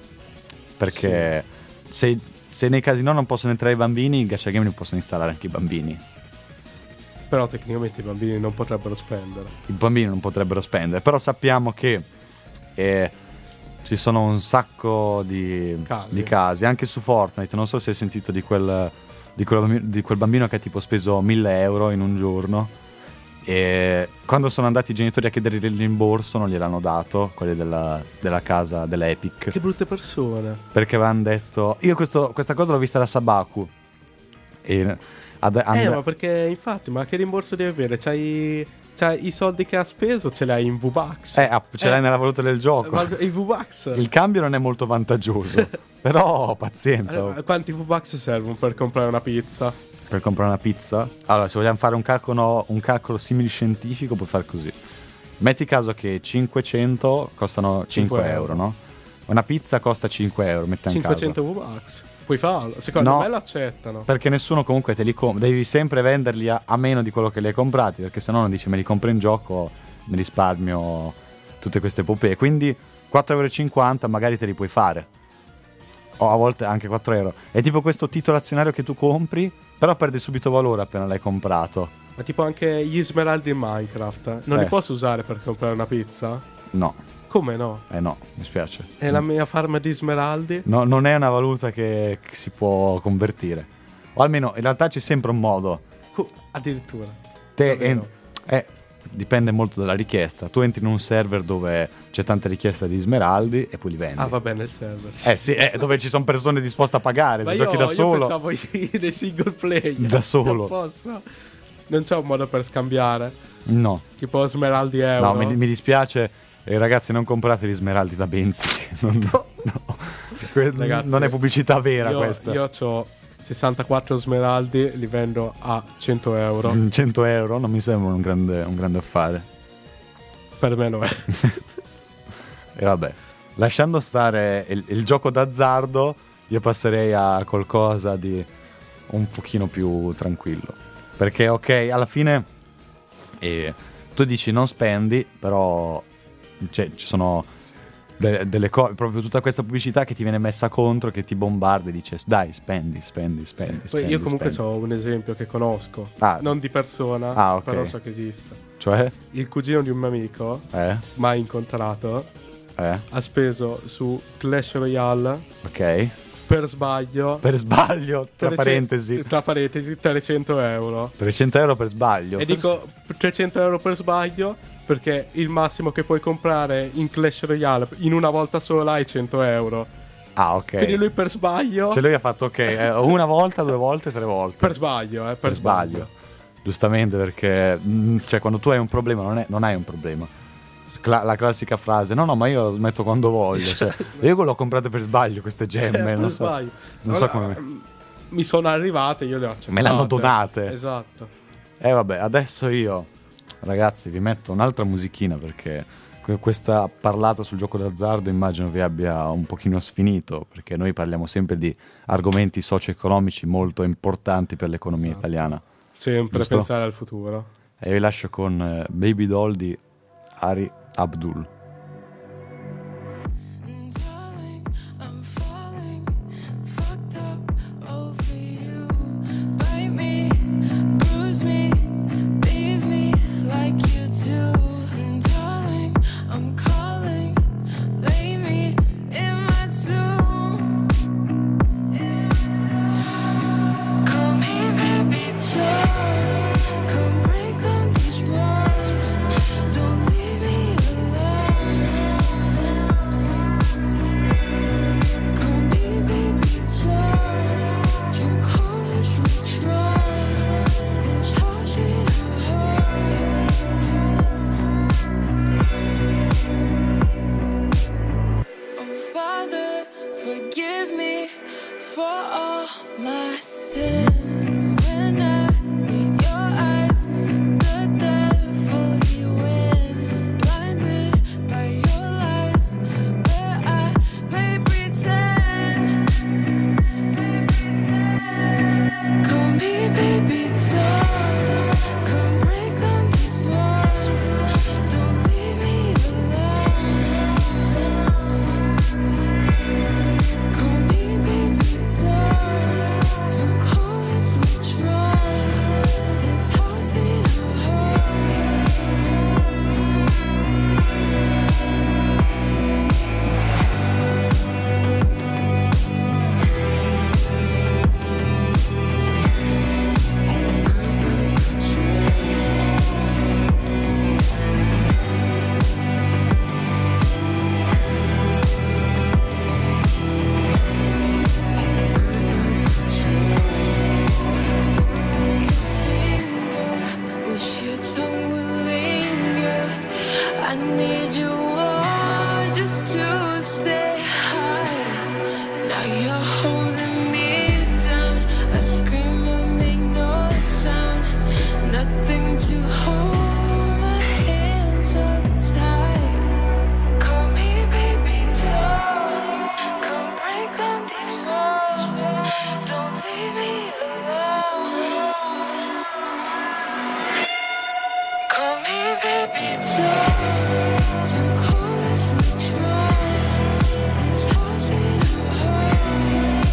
perché se, se nei casino non possono entrare i bambini, i gacha game li possono installare anche i bambini.
Però tecnicamente i bambini non potrebbero spendere.
I bambini non potrebbero spendere, però sappiamo che eh, ci sono un sacco di
Casi.
di casi anche su Fortnite. Non so se hai sentito di quel, di quel bambi- di quel bambino che ha tipo speso mille euro in un giorno, e quando sono andati i genitori a chiedere il rimborso non gliel'hanno dato, quelli della, della casa dell'Epic,
Che brutte persone.
perché avevano detto, io questo- questa cosa l'ho vista da Sabaku, e ad-
Eh,
and-
ma perché infatti, ma che rimborso devi avere? C'hai, c'hai i soldi che ha speso, ce li hai in V-Bucks.
eh, app- ce l'hai nella valuta del gioco.
Ma i V-Bucks.
Il cambio non è molto vantaggioso, però pazienza.
Eh, ma quanti V-Bucks servono per comprare una pizza?
Per comprare una pizza? Allora, se vogliamo fare un calcolo, un calcolo simile scientifico, puoi fare così. Metti caso che cinquecento costano cinque
cinque
euro,
euro.
no? Una pizza costa cinque euro, mettiamo in caso.
cinquecento V-Bucks. Puoi farlo. Secondo
No.
me lo accettano.
Perché nessuno comunque te li compra. Devi sempre venderli a, a meno di quello che li hai comprati, perché se no non dici me li compro in gioco, mi risparmio tutte queste epopee. Quindi quattro euro e cinquanta magari te li puoi fare. O a volte anche quattro euro. È tipo questo titolo azionario che tu compri, però perde subito valore appena l'hai comprato.
Ma tipo anche gli smeraldi in Minecraft. Non
Eh.
li posso usare per comprare una pizza?
No,
Come no?
eh no, mi spiace.
È la mia farm di smeraldi?
No, non è una valuta che, che si può convertire. O almeno in realtà c'è sempre un modo.
Co- addirittura.
Te
Davvero?
en- eh, dipende molto dalla richiesta. Tu entri in un server dove c'è tanta richiesta di smeraldi e poi li vendi.
Ah, va bene il server.
Eh sì, eh, dove ci sono persone disposte a pagare.
Ma
Se
io,
giochi da
io
solo.
pensavo nei single player.
Da solo.
Non posso. Non c'è un modo per scambiare.
No,
Tipo smeraldi euro.
no, mi, mi dispiace. Eh, ragazzi, non comprate gli smeraldi da Benzi. Non, no. Que-
Ragazzi,
non è pubblicità vera
io,
questa.
Io ho sessantaquattro smeraldi, li vendo a cento euro.
Mm, cento euro non mi sembra un grande, un grande affare.
Per me lo è.
E vabbè, lasciando stare il, il gioco d'azzardo, io passerei a qualcosa di un pochino più tranquillo. Perché, ok, alla fine eh, tu dici non spendi, però cioè, ci sono de- delle cose, proprio tutta questa pubblicità che ti viene messa contro, che ti bombarda e dice dai, spendi, spendi, spendi.
Poi
spendi
io comunque
spendi.
ho un esempio che conosco.
Ah.
Non di persona,
Ah, ok.
però so che esiste.
Cioè?
Il cugino di un mio amico,
Eh?
mai incontrato,
Eh?
ha speso su Clash Royale
Ok?
per sbaglio.
Per sbaglio, tra
trecento
parentesi.
Tra parentesi, trecento euro.
trecento euro per sbaglio.
E dico trecento euro per sbaglio perché il massimo che puoi comprare in Clash Royale in una volta sola è cento euro.
Ah, ok.
Quindi lui per sbaglio.
Cioè lui ha fatto ok, eh, una volta, due volte, tre volte.
Per sbaglio, eh. Per,
Per sbaglio. Giustamente, perché mh, cioè quando tu hai un problema non, è, non hai un problema. Cla- la classica frase, no no ma io smetto quando voglio, cioè, io l'ho comprate per sbaglio queste gemme,
per
non so,
sbaglio.
non
Allora,
so come.
mi sono arrivate, io le ho accettate.
Me le hanno donate.
Esatto.
E eh, vabbè, adesso io, ragazzi, vi metto un'altra musichina perché que- questa parlata sul gioco d'azzardo immagino vi abbia un pochino sfinito, perché noi parliamo sempre di argomenti socio-economici molto importanti per l'economia
Esatto.
italiana.
Sempre
Giusto?
pensare al futuro.
E vi lascio con eh, Baby Doll di Ari Abdul.
Darling, I'm falling, fucked up over you. Bite me, bruise me, leave me like you do. Darling, I'm calling, lay me in my tomb. Come here, baby, talk. Come break down these walls. Don't leave me alone. Come here, baby, talk. Too cold is withdrawn. This house in a heart. Oh, Father, forgive me for all my sins. When I meet your eyes, the devil he wins. Blinded by your lies, where I play pretend. Play pretend. Call me baby doll. Come break down these walls. Don't leave me alone. Call me baby doll. Too cold is withdrawn. This house in a heart. Wish your tongue would linger. I need you warm just to stay high. Now you're holding me down. I scream but make no sound. Nothing to hold. My hands are tied. Call me baby doll. Come break down these walls. Don't leave me alone. Call me baby doll. Too cold is withdrawn. This house in a heart.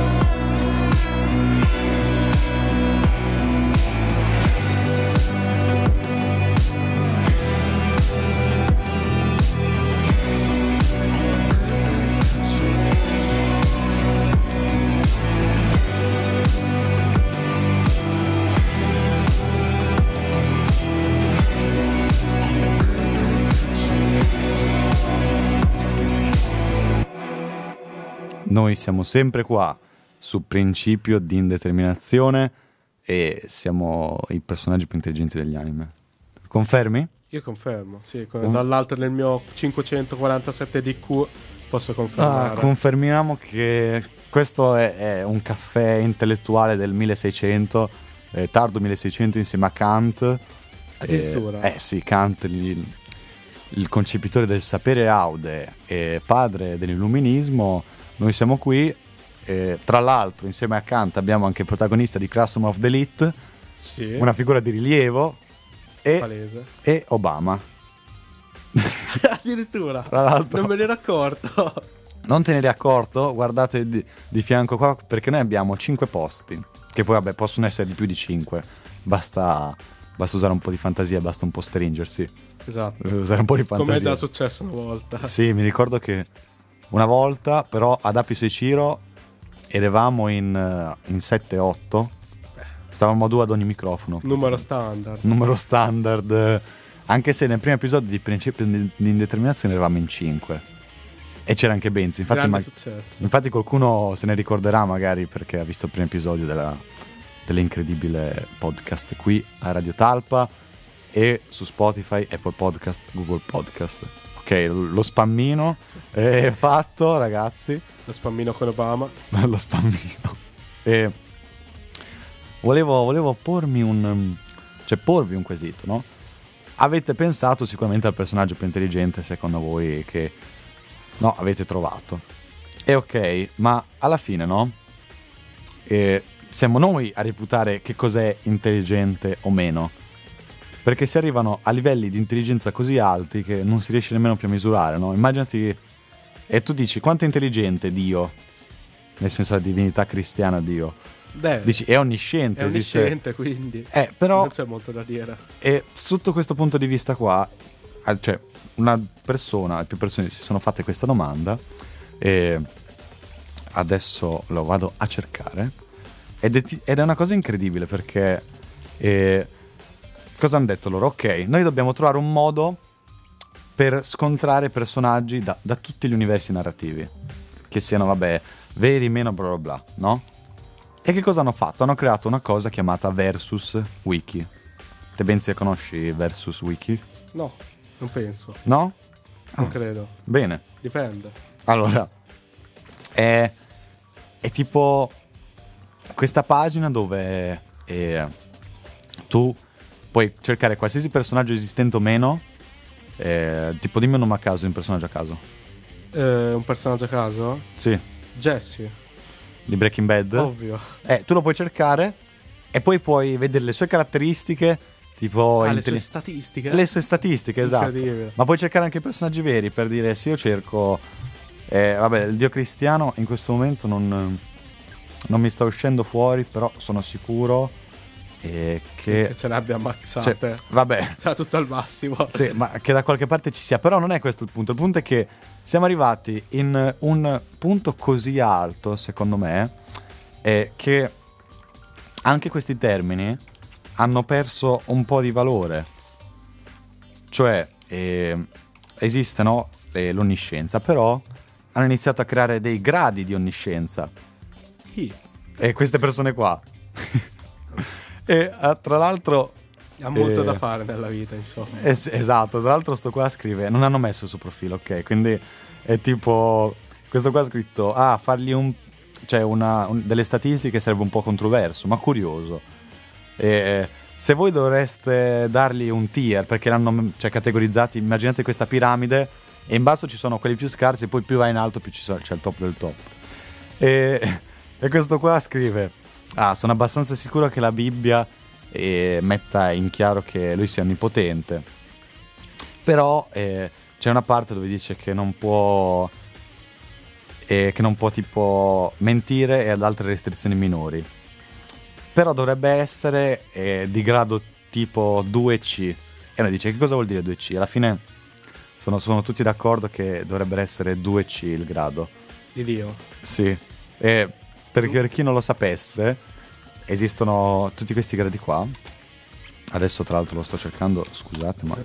Noi siamo sempre qua su principio di indeterminazione e siamo i personaggi più intelligenti degli anime. Confermi?
Io confermo, sì. con-
Mm.
Dall'alto del mio cinquecentoquarantasette D Q posso
Ah,
confermare.
confermiamo che questo è, è un caffè intellettuale del milleseicento, eh, tardo milleseicento insieme a Kant.
Addirittura.
Eh, eh sì, Kant, il, il concepitore del sapere aude e padre dell'illuminismo. Noi siamo qui, eh, tra l'altro insieme a Kant abbiamo anche il protagonista di Classroom of the Elite,
Sì,
una figura di rilievo, e,
palese.
e Obama.
Addirittura.
Tra l'altro,
Non me ne ero accorto.
non te ne eri accorto? Guardate di, di fianco qua, perché noi abbiamo cinque posti, che poi vabbè possono essere di più di cinque, basta, basta usare un po' di fantasia, basta un po' stringersi,
Esatto.
usare un po' di
Come è
fantasia.
già successo una volta.
Sì, mi ricordo che una volta però ad Appice Ciro eravamo in, uh, in sette otto, stavamo a due ad ogni microfono.
Numero standard.
Numero standard, eh, anche se nel primo episodio di Principio di di Indeterminazione eravamo in cinque. E c'era anche Benzi, infatti,
Grande
ma-
successo.
infatti qualcuno se ne ricorderà magari perché ha visto il primo episodio della, dell'incredibile podcast qui a Radio Talpa e su Spotify, Apple Podcast, Google Podcast. Ok, lo spammino è fatto, ragazzi.
Lo spammino con Obama.
Lo spammino. E volevo, volevo pormi un... cioè porvi un quesito, no? Avete pensato sicuramente al personaggio più intelligente secondo voi che... no, avete trovato. E ok, ma alla fine, no? E siamo noi a reputare che cos'è intelligente o meno. Perché si arrivano a livelli di intelligenza così alti che non si riesce nemmeno più a misurare, no? Immaginati... e tu dici, quanto è intelligente Dio? Nel senso la divinità cristiana Dio.
Beh,
Dici, è onnisciente.
è
esiste...
onnisciente, quindi
Eh, però...
non c'è molto da dire.
E sotto questo punto di vista qua, ah, cioè una persona, più persone si sono fatte questa domanda e adesso lo vado a cercare ed è, ed è una cosa incredibile perché eh, cosa hanno detto loro? Ok, noi dobbiamo trovare un modo per scontrare personaggi da, da tutti gli universi narrativi, che siano, vabbè, veri, meno, bla bla bla, no? E che cosa hanno fatto? Hanno creato una cosa chiamata Versus Wiki. Te Benzi conosci Versus Wiki?
No, non penso.
No?
Non
Ah.
credo.
Bene.
Dipende.
Allora, è, è tipo questa pagina dove eh, tu puoi cercare qualsiasi personaggio esistente o meno. Eh, tipo dimmi un nome a caso, un personaggio a caso.
Eh, un personaggio a caso?
Sì,
Jesse.
di Breaking Bad.
Ovvio.
Eh, tu lo puoi cercare e poi puoi vedere le sue caratteristiche, tipo
Ah, le
intelli-
sue statistiche.
le sue statistiche, esatto.
Incredibile.
Ma puoi cercare anche personaggi veri per dire sì, io cerco eh, vabbè, il dio cristiano in questo momento non, non mi sta uscendo fuori, però sono sicuro eh,
Che
che
ce ne abbia ammazzate.
cioè, vabbè,
Cioè, tutto al massimo.
sì, ma che da qualche parte ci sia. Però non è questo il punto. Il punto è che siamo arrivati in un punto così alto, secondo me, eh, che anche questi termini hanno perso un po' di valore. Cioè, eh, esiste, no, eh, l'onniscienza, però hanno iniziato a creare dei gradi di onniscienza.
Chi?
E queste persone qua. E eh, tra l'altro...
Ha molto
eh,
da fare nella vita, insomma.
Es- esatto, tra l'altro sto qua scrive, non hanno messo il suo profilo, ok? Quindi è tipo, questo qua ha scritto, ah, fargli un, cioè una, un- delle statistiche sarebbe un po' controverso, ma curioso. E, se voi dovreste dargli un tier, perché l'hanno cioè, categorizzati, immaginate questa piramide, e in basso ci sono quelli più scarsi, e poi più vai in alto più ci sono- c'è il top del top. E, e questo qua scrive, ah, sono abbastanza sicuro che la Bibbia e metta in chiaro che lui sia onnipotente, però eh, c'è una parte dove dice che non può eh, che non può tipo mentire e ad altre restrizioni minori, però dovrebbe essere eh, di grado tipo due C. E uno dice, che cosa vuol dire due C? Alla fine sono, sono tutti d'accordo che dovrebbe essere due C il grado.
Di Dio.
Sì, e per, per chi non lo sapesse, esistono tutti questi gradi qua. Adesso tra l'altro lo sto cercando, scusate, ma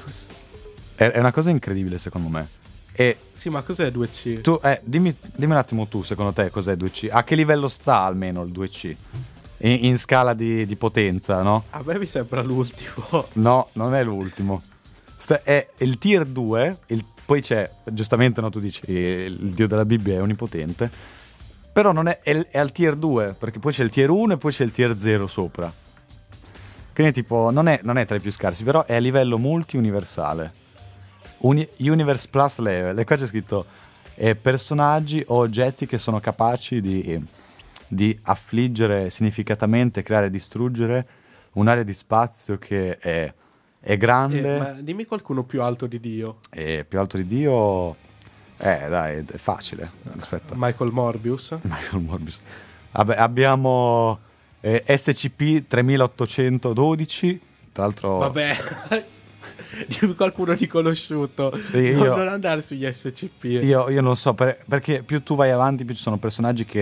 è, è una cosa incredibile secondo me. E
Sì, ma cos'è due C?
tu, eh, dimmi, dimmi un attimo tu, secondo te cos'è due C? A che livello sta almeno il due C? In, in scala di, di potenza, no?
A me mi sembra l'ultimo.
No, non è l'ultimo. Sta- è il tier due, il- poi c'è, giustamente no, tu dici eh, il dio della Bibbia è onnipotente, però non è, è, è al tier due, perché poi c'è il tier uno e poi c'è il tier zero sopra. Quindi tipo non è, non è tra i più scarsi, però è a livello multi-universale. Uni- Universe Plus Level, e qua c'è scritto eh, personaggi o oggetti che sono capaci di, di affliggere significatamente, creare e distruggere un'area di spazio che è, è grande.
Eh, ma dimmi qualcuno più alto di Dio.
E più alto di Dio, eh dai, è facile. Aspetta,
Michael Morbius.
Michael Morbius. Vabbè, abbiamo eh, S C P tremilaottocentododici. Tra l'altro,
Vabbè. Dimmi qualcuno di conosciuto.
Io-
Non, non andare sugli S C P.
io, io non so per- perché più tu vai avanti, più ci sono personaggi che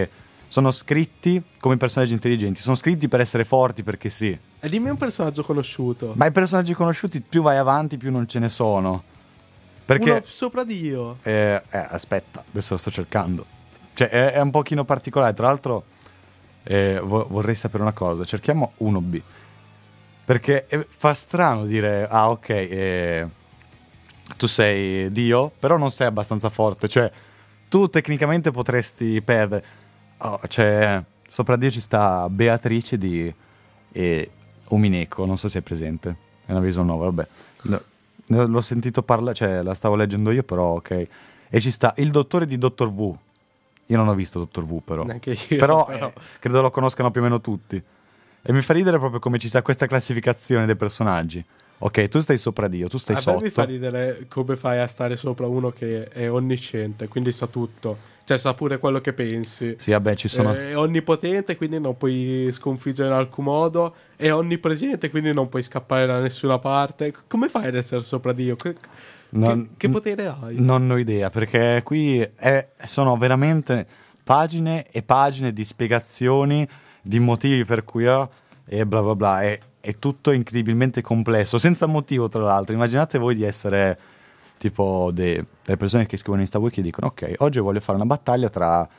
sono scritti come personaggi intelligenti, sono scritti per essere forti perché sì.
E dimmi un personaggio conosciuto.
Ma i personaggi conosciuti più vai avanti più non ce ne sono. Perché
Uno sopra Dio.
eh, eh, aspetta, adesso lo sto cercando. Cioè è, è un pochino particolare. Tra l'altro eh, vo- vorrei sapere una cosa. Cerchiamo uno B. Perché eh, fa strano dire ah ok eh, tu sei Dio, però non sei abbastanza forte. Cioè tu tecnicamente potresti perdere. Oh, cioè sopra Dio ci sta Beatrice di eh, Umineco. Non so se è presente. È una visual novel, vabbè. No. L'ho sentito parlare, cioè la stavo leggendo io, però ok. E ci sta il dottore di Dottor W. Io non ho visto Dottor W, però.
Neanche io.
Però,
però.
Eh, credo lo conoscano più o meno tutti. E mi fa ridere proprio come ci sia questa classificazione dei personaggi. Ok, tu stai sopra Dio, tu stai
A
sotto.
me mi fa ridere come fai a stare sopra uno che è onnisciente, quindi sa tutto. Cioè sa pure quello che pensi.
Sì, vabbè, ci sono...
È onnipotente, quindi non puoi sconfiggere in alcun modo. È onnipresente, quindi non puoi scappare da nessuna parte. Come fai ad essere sopra Dio? Che,
Non-
che, che potere hai?
Non ho idea, perché qui è- sono veramente pagine e pagine di spiegazioni, di motivi per cui ho e bla bla bla. È, è tutto incredibilmente complesso, senza motivo tra l'altro. Immaginate voi di essere tipo de- delle persone che scrivono in Insta Wiki e dicono ok, oggi voglio fare una battaglia tra,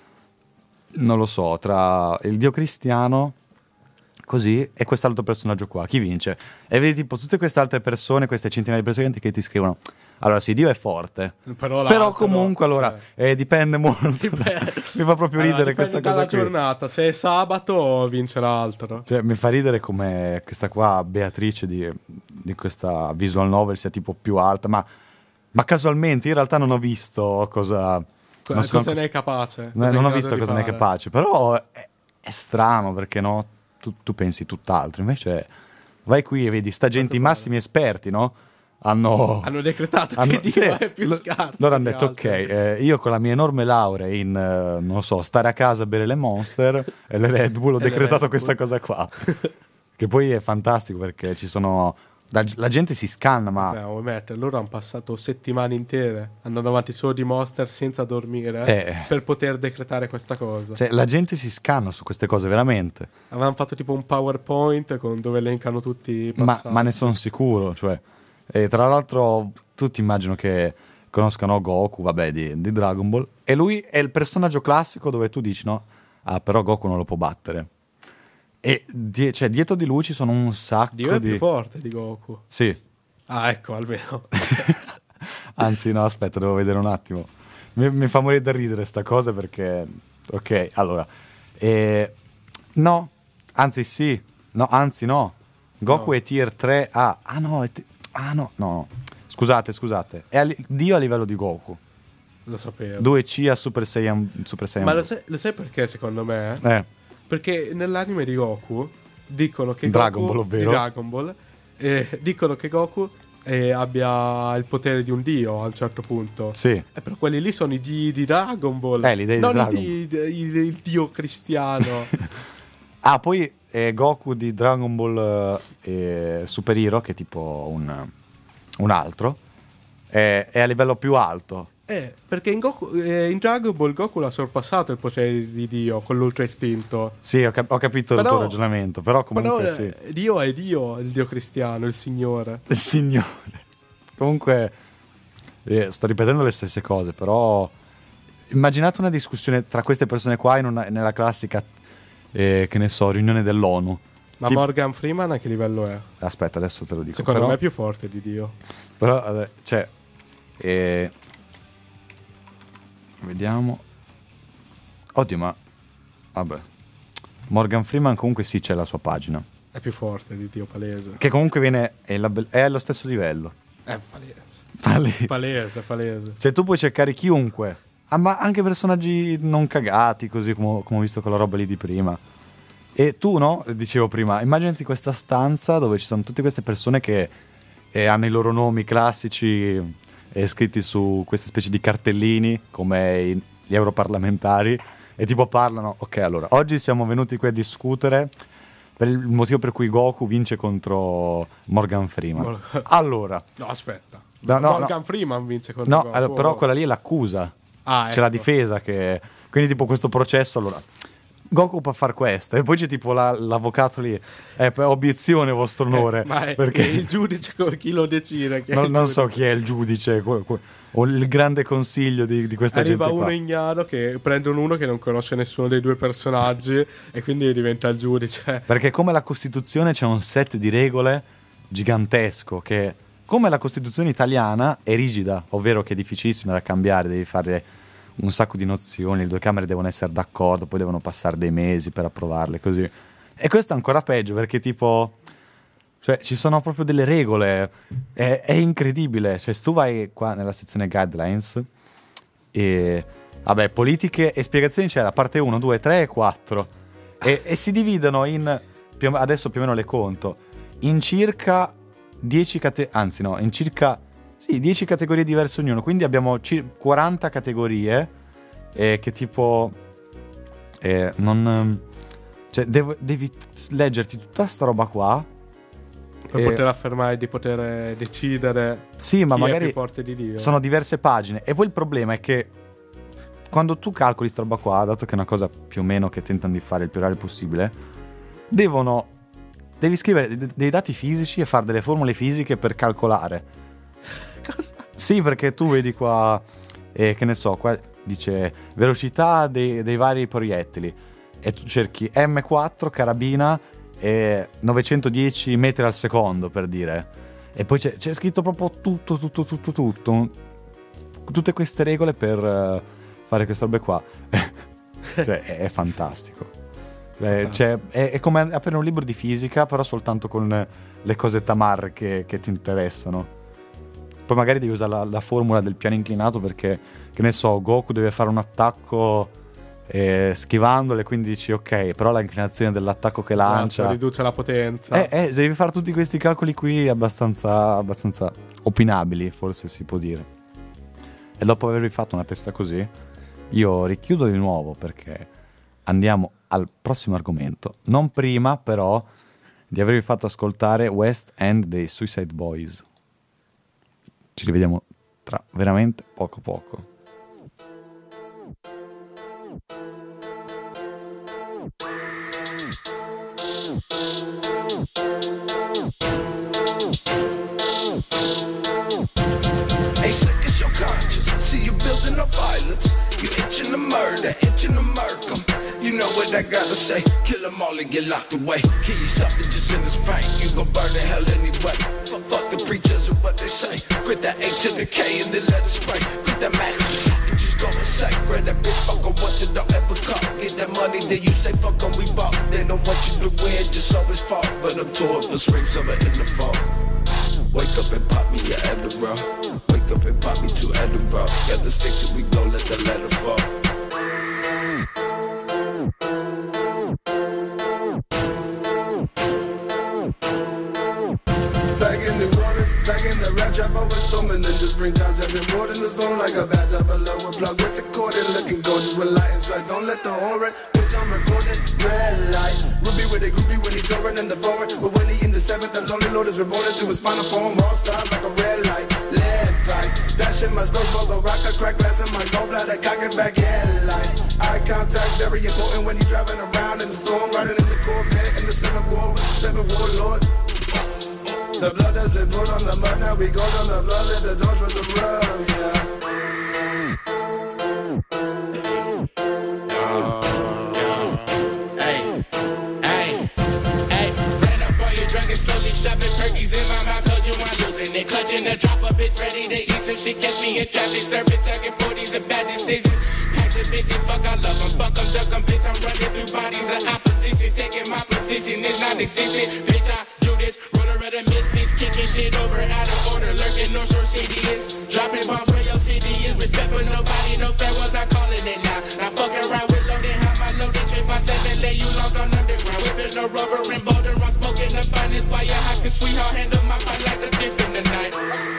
non lo so, tra il dio cristiano così e quest'altro personaggio qua, chi vince? E vedi tipo tutte queste altre persone, queste centinaia di persone che ti scrivono allora sì, Dio è forte,
Però,
però
l'altro,
comunque allora
cioè,
eh, dipende molto.
dipende.
Mi fa proprio
Allora,
ridere
dipende
questa
dalla
cosa qui.
giornata. Se è sabato vince l'altro.
Cioè, mi fa ridere come questa qua Beatrice di, di questa visual novel sia tipo più alta, ma, ma casualmente in realtà non ho visto cosa...
Co-
non
cosa
sono-
ne è capace?
No,
Cosa è in
non ho
grado
visto
di
cosa ne è
fare.
capace, però è, è strano perché no, tu, tu pensi tutt'altro, invece vai qui e vedi sta gente, i massimi esperti, no? Hanno,
Hanno decretato
hanno-
che
sì,
Dio è più
lo-
scarso.
loro hanno
di
detto
altri.
ok, eh, io con la mia enorme laurea in, eh, non so, stare a casa a bere le Monster e le Red Bull ho
E le
decretato
Red
questa
Bull.
cosa qua. Che poi è fantastico perché ci sono... La, la gente si scanna, ma...
Beh, vuoi mettere, loro hanno passato settimane intere andando avanti solo di Monster senza dormire
Eh.
per poter decretare questa cosa.
Cioè, la gente si scanna su queste cose, veramente.
Avevano fatto tipo un PowerPoint con dove elencano tutti i
Ma,
passaggi.
ma ne sono sicuro, cioè. E tra l'altro tutti immagino che conoscano Goku, vabbè, di, di Dragon Ball. E lui è il personaggio classico dove tu dici, no? Ah, però Goku non lo può battere. E die- cioè, dietro di lui ci sono un sacco
Dio è
di...
più forte di Goku.
Sì.
Ah, ecco, almeno.
Anzi, no, aspetta, devo vedere un attimo. Mi, mi fa morire da ridere sta cosa perché... Ok, allora... eh, no, anzi sì. No, anzi no. Goku
No.
è tier tre A. Ah no, è ti- ah no, no. Scusate, scusate. È a li- Dio a livello di Goku.
Lo sapevo.
due C a Super Saiyan, Super Saiyan
Ma lo
Blue.
sai, lo sai perché secondo me?
Eh,
Perché nell'anime di Goku dicono che
Dragon
Goku,
Ball, ovvero?
di Dragon Ball, eh, dicono che Goku eh, abbia il potere di un dio a un certo punto.
sì.
Eh, però quelli lì sono i dii di Dragon Ball.
Eh, gli dei di
non
Dragon
i dii- il, il dio cristiano.
Ah, poi eh, Goku di Dragon Ball eh, Super Hero, che è tipo un, un altro, è, è a livello più alto.
eh, perché in, Goku, eh, in Dragon Ball Goku l'ha sorpassato il potere di dio con l'ultra istinto.
Sì, ho, cap- ho capito il
Però-
tuo ragionamento, però comunque
Però
sì.
eh, Dio è Dio, il dio cristiano, il signore.
Il signore. Comunque, eh, sto ripetendo le stesse cose, però immaginate una discussione tra queste persone qua in una- nella classica, eh, che ne so, riunione dell'ONU.
Ma
Tipo-
Morgan Freeman a che livello è?
Aspetta, adesso te lo dico.
Secondo
però,
me è più forte di Dio.
Però, eh, cioè, eh, vediamo. Oddio, ma vabbè. Morgan Freeman comunque sì, c'è la sua pagina.
È più forte di Dio, palese.
Che comunque viene è, la be- è allo stesso livello.
È palese.
Palese.
Palese, palese.
Cioè, tu puoi cercare chiunque. Ah, ma anche personaggi non cagati, così come, come ho visto con la roba lì di prima. E tu, no? Dicevo prima, immaginati questa stanza dove ci sono tutte queste persone che eh, hanno i loro nomi classici eh, scritti su queste specie di cartellini, come i- gli europarlamentari, e tipo parlano, ok, allora, oggi siamo venuti qui a discutere per il motivo per cui Goku vince contro Morgan Freeman.
Mor-
Allora,
No, aspetta.
No, no,
Morgan
no.
Freeman vince contro
no,
Goku.
allora, però quella lì è l'accusa.
Ah,
C'è la
ecco.
difesa che... Quindi tipo questo processo, allora... Goku può far questo, e poi c'è tipo la- l'avvocato lì, eh, per obiezione vostro onore,
Eh, ma è,
perché
è il giudice, come chi lo decide? Chi è
non,
il
non so
giudice?
chi è il giudice que- que- o il grande consiglio di, di questa
Arriva
gente
uno
qua.
ignaro che prendono uno che non conosce nessuno dei due personaggi e quindi diventa il giudice.
Perché come la Costituzione c'è un set di regole gigantesco che, come la Costituzione italiana, è rigida, ovvero che è difficilissima da cambiare, devi fare un sacco di nozioni, le due camere devono essere d'accordo, poi devono passare dei mesi per approvarle, così. E questo è ancora peggio perché tipo, cioè ci sono proprio delle regole, è, è incredibile, cioè se tu vai qua nella sezione guidelines e vabbè, politiche e spiegazioni, c'è la parte uno, due, tre e quattro e, e si dividono in, più o- adesso più o meno le conto, in circa dieci categorie, anzi no, in circa sì, dieci categorie diverse ognuno, quindi abbiamo cir- quaranta categorie eh, che tipo eh, non cioè devo- devi t- leggerti tutta sta roba qua
Per
e-
poter affermare di poter decidere
sì, ma
chi è
magari
più forte di Dio.
sono diverse pagine e poi il problema è che quando tu calcoli sta roba qua, dato che è una cosa più o meno che tentano di fare il più reale possibile, devono devi scrivere de- dei dati fisici e fare delle formule fisiche per calcolare.
Cosa?
Sì, perché tu vedi qua, eh, che ne so, qua dice velocità dei, dei vari proiettili e tu cerchi emme quattro carabina e novecentodieci metri al secondo, per dire, e poi c'è, c'è scritto proprio tutto, tutto, tutto, tutto, tutte queste regole per eh, fare queste robe qua. Cioè, è, è fantastico. Eh, cioè, è, è come aprire un libro di fisica, però soltanto con le cose tamarre che, che ti interessano. Poi magari devi usare la, la formula del piano inclinato perché, che ne so, Goku deve fare un attacco eh, schivandole, quindi dici ok, però la inclinazione dell'attacco che lancia
Esatto, riduce la potenza.
eh, eh, devi fare tutti questi calcoli qui abbastanza, abbastanza opinabili, forse si può dire. E dopo avervi fatto una testa così, io richiudo di nuovo perché andiamo al prossimo argomento. Non prima, però, di avervi fatto ascoltare West End dei Suicide Boys. Ci rivediamo tra veramente poco poco.
Ain't sick as your conscience. See you building up violence. You itching to murder, itching to murk 'em. You know what I gotta say. Kill 'em all and get locked away. Kill yourself and just in this pain. You gon' burn in hell anyway. Fuck, fuck the preachers and what they say. Quit that A to the K and then let it spray. Quit that max and just go and say. Grab that bitch, fuck 'em once and don't ever come. Get that money, then you say fuck 'em, we bought. They don't want you to win, just always fall. But I'm touring for spring, summer, in the fall. Wake up and pop me a Adderall. Wake up and pop me two Adderall. Got the sticks and we gon' let the ladder fall. Back in New Orleans, back in the rap trap, I was storming in the springtime, having more than the storm like a bathtub. I love a plug with the cord and looking gorgeous with light inside. Don't let the horror, which I'm recording, red light. Ruby with a groupie when he touring in the forward. But when he in the seventh, the lonely lord is reborn into his final form. All star like a red light, lead pipe. That shit must go smoke a rock, a crack glass in my gallbladder, cock it back headlights. Eye contact very important when he's driving around in the storm, riding in the Corvette in the seventh war with the seventh warlord. The blood has been poured on the mud, now we go down the flood, let the torch with the rub, yeah.
Hey, hey, hey, ran up on you drunk and slowly shoving perkies in my mouth, told you I'm losing it. Clutching the drop, a bitch ready to eat some shit, catch me in traffic, serving, tugging forties, a bad decision. Packs of bitches, fuck, I love them, fuck them, duck them, bitch, I'm running through bodies of opposition, taking my position, it's non-existent, bitch, I do this, ruler of the misfits, kicking shit over, out of order, lurking, no short city is, dropping bombs where your city is, respect for nobody, no fair was I calling it now, now fuck around with loading, how my loading, three five seven, lay you long on underground, whipping the rover and boulder, I'm smoking the finest, while your house can sweetheart, handle my fight like a dip in the night.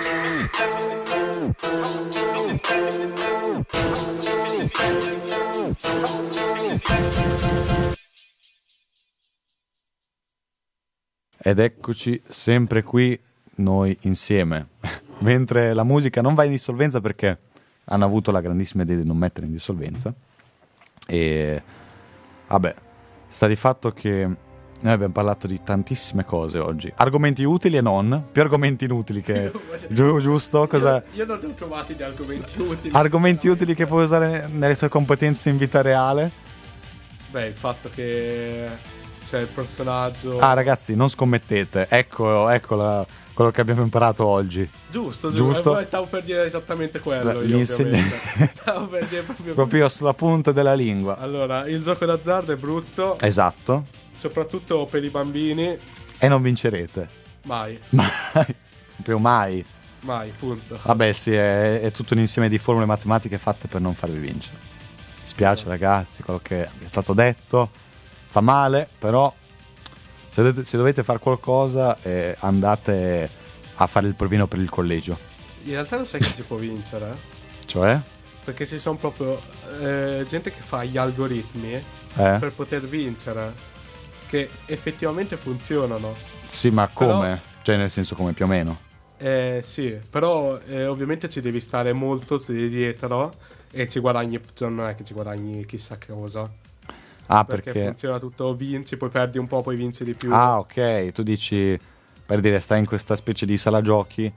Ed eccoci sempre qui noi insieme. Mentre la musica non va in dissolvenza perché hanno avuto la grandissima idea di non mettere in dissolvenza. E Vabbè, sta di fatto che noi abbiamo parlato di tantissime cose oggi. Argomenti utili e non, più argomenti inutili che... Giu- giusto? Cosa...
Io, io non ne ho trovati di argomenti utili.
Argomenti utili che puoi usare nelle sue competenze in vita reale?
Beh, il fatto che c'è il personaggio...
Ah, ragazzi, non scommettete. Ecco, ecco la- quello che abbiamo imparato oggi.
Giusto,
Giusto.
giusto. Eh, stavo per dire esattamente quello,
Beh,
io,
gli insegn-
ovviamente. Stavo per dire proprio...
Proprio sulla punta della lingua.
Allora, il gioco d'azzardo è brutto,
Esatto.
soprattutto per i bambini.
E non vincerete.
Mai,
Mai. Proprio mai.
mai, punto.
Vabbè, sì, è, è tutto un insieme di formule matematiche fatte per non farvi vincere. Mi spiace, ragazzi, quello che è stato detto fa male, però se dovete, se dovete fare qualcosa, eh, andate a fare il provino per il collegio.
In realtà non sai che si può vincere, eh?
Cioè?
Perché ci sono proprio eh, gente che fa gli algoritmi
Eh?
per poter vincere, che effettivamente funzionano.
Sì, ma come?
Però-
Cioè, nel senso, come più o meno?
Eh sì, però eh, ovviamente ci devi stare molto dietro e ci guadagni, cioè non è che ci guadagni chissà che cosa.
Ah,
Perché,
perché...
funziona tutto, vinci, poi perdi un po', poi vinci di più.
Ah, ok, tu dici, per dire, stai in questa specie di sala giochi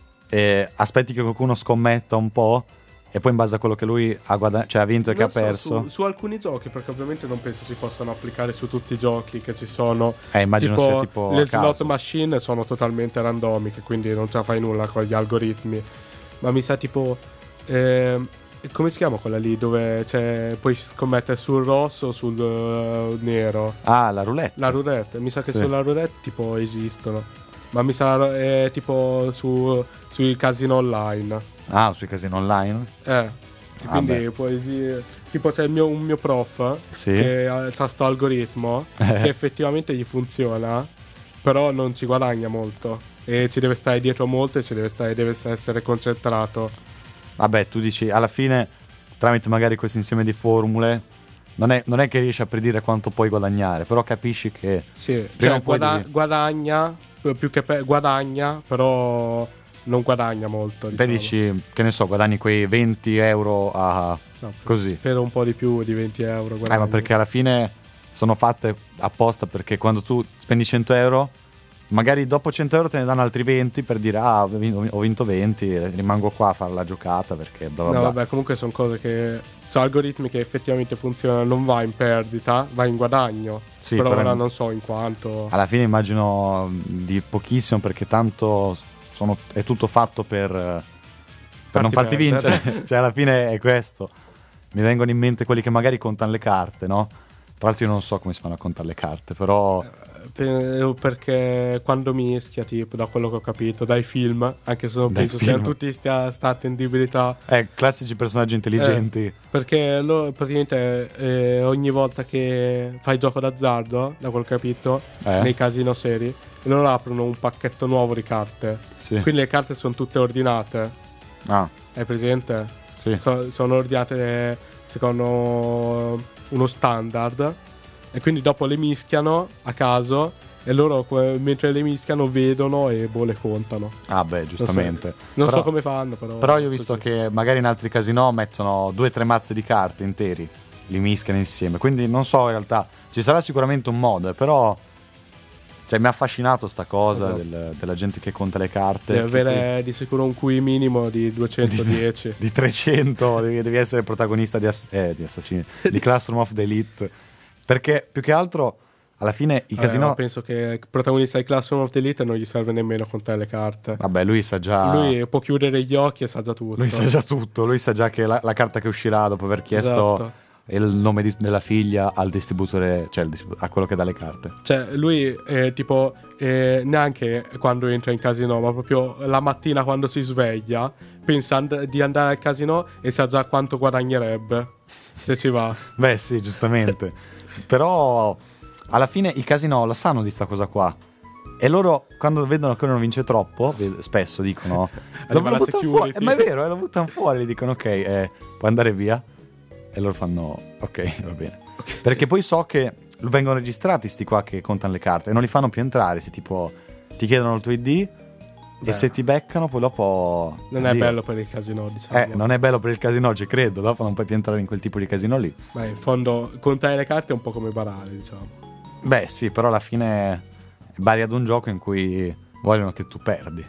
e aspetti che qualcuno scommetta un po' e poi in base a quello che lui ha, guada- cioè, ha vinto e che
Non
ha
so,
perso.
Su, su alcuni giochi, perché ovviamente non penso si possano applicare su tutti i giochi che ci sono.
Eh, immagino
tipo,
sia tipo
le
a caso.
slot machine sono totalmente randomiche, quindi non ce la fai nulla con gli algoritmi. Ma mi sa tipo... ehm, come si chiama quella lì dove c'è, puoi scommettere sul rosso o sul uh, nero?
Ah, la roulette.
La roulette. Mi sa che
Sì.
sulla roulette tipo esistono. Ma mi sa è tipo su, sui casino online.
Ah, sui casini online?
Eh. Quindi
Vabbè.
puoi esi- tipo c'è il mio, un mio prof
Sì.
che ha c'ha sto algoritmo che effettivamente gli funziona, però non ci guadagna molto e ci deve stare dietro molto e ci deve stare, deve essere concentrato.
Vabbè, tu dici, alla fine, tramite magari questo insieme di formule, non è, non è che riesci a predire quanto puoi guadagnare, però capisci che...
Sì,
Prima
cioè
o poi
guada-
devi-
guadagna eh, più che pe- guadagna, però non guadagna molto.
Te
Diciamo.
dici, che ne so, guadagni quei venti euro a...
No,
così.
Spero un po' di più di venti euro.
Eh,
guadagni.
ma perché alla fine sono fatte apposta, perché quando tu spendi cento euro, magari dopo cento euro te ne danno altri venti per dire, ah, ho vin- ho vinto venti, rimango qua a fare la giocata perché bla bla
No,
bla.
vabbè, comunque sono cose che sono algoritmi che effettivamente funzionano, non va in perdita, va in guadagno.
Sì,
però
però
ora
in-
non so in quanto.
Alla fine immagino mh, di pochissimo, perché tanto sono- è tutto fatto per, eh, per non farti
Farti perdere.
vincere. Cioè, alla fine è questo. Mi vengono in mente quelli che magari contano le carte, no? Tra l'altro io non so come si fanno a contare le carte, però...
Per- perché quando mischia, tipo, da quello che ho capito, dai film, anche se non
Dai
penso
film.
siano tutti sta, sta attendibilità.
Eh, classici personaggi intelligenti.
Eh, perché lo- praticamente eh, ogni volta che fai gioco d'azzardo, da quel che ho capito,
Eh.
nei casino seri, loro aprono un pacchetto nuovo di carte.
Sì.
Quindi le carte sono tutte ordinate.
Ah,
Hai presente?
sì.
So- sono ordinate secondo uno standard. E quindi dopo le mischiano a caso. E loro que- mentre le mischiano vedono e boh, le contano.
Ah, beh, giustamente.
Non
Però-
so come fanno, però.
Però io ho visto
così.
che magari in altri casinò mettono due o tre mazze di carte interi, li mischiano insieme. Quindi non so, in realtà ci sarà sicuramente un modo, eh, però cioè, mi ha affascinato sta cosa
Esatto.
del- della gente che conta le carte.
Deve
che
avere di sicuro un Q I minimo di duecentodieci.
poi- di trecento, devi, devi essere protagonista di, ass- eh, di Assassini, di Classroom of the Elite. Perché più che altro alla fine i
Eh,
casinò...
ma penso che il protagonista di Classroom of the Elite non gli serve nemmeno contare le carte.
Vabbè, lui sa già...
Lui può chiudere gli occhi e sa già tutto.
Lui sa già tutto, lui sa già che la, la carta che uscirà dopo aver chiesto
Esatto.
il nome di- della figlia al distributore, cioè il distribu- a quello che dà le carte.
Cioè, lui eh, tipo eh, neanche quando entra in casino, ma proprio la mattina quando si sveglia, pensa and- di andare al casino e sa già quanto guadagnerebbe se ci va.
Beh sì, giustamente. Però alla fine i casinò lo sanno di sta cosa qua. E loro quando vedono che uno non vince troppo, ved- spesso dicono lo,
Arriva
lo
la
buttano
security.
fuori. Ma è vero, eh, lo buttano fuori, dicono ok, eh, puoi andare via. E loro fanno ok, va bene. Perché poi so che vengono registrati sti qua che contano le carte e non li fanno più entrare. Se tipo ti chiedono il tuo I D
Beh.
E se ti beccano poi dopo...
Non è
addio.
bello per il casino, diciamo.
Eh, non è bello per il casino, ci credo. Dopo non puoi più entrare in quel tipo di casino lì.
Ma in fondo contare le carte è un po' come barare, diciamo.
Beh sì, però alla fine bari ad un gioco in cui vogliono che tu perdi.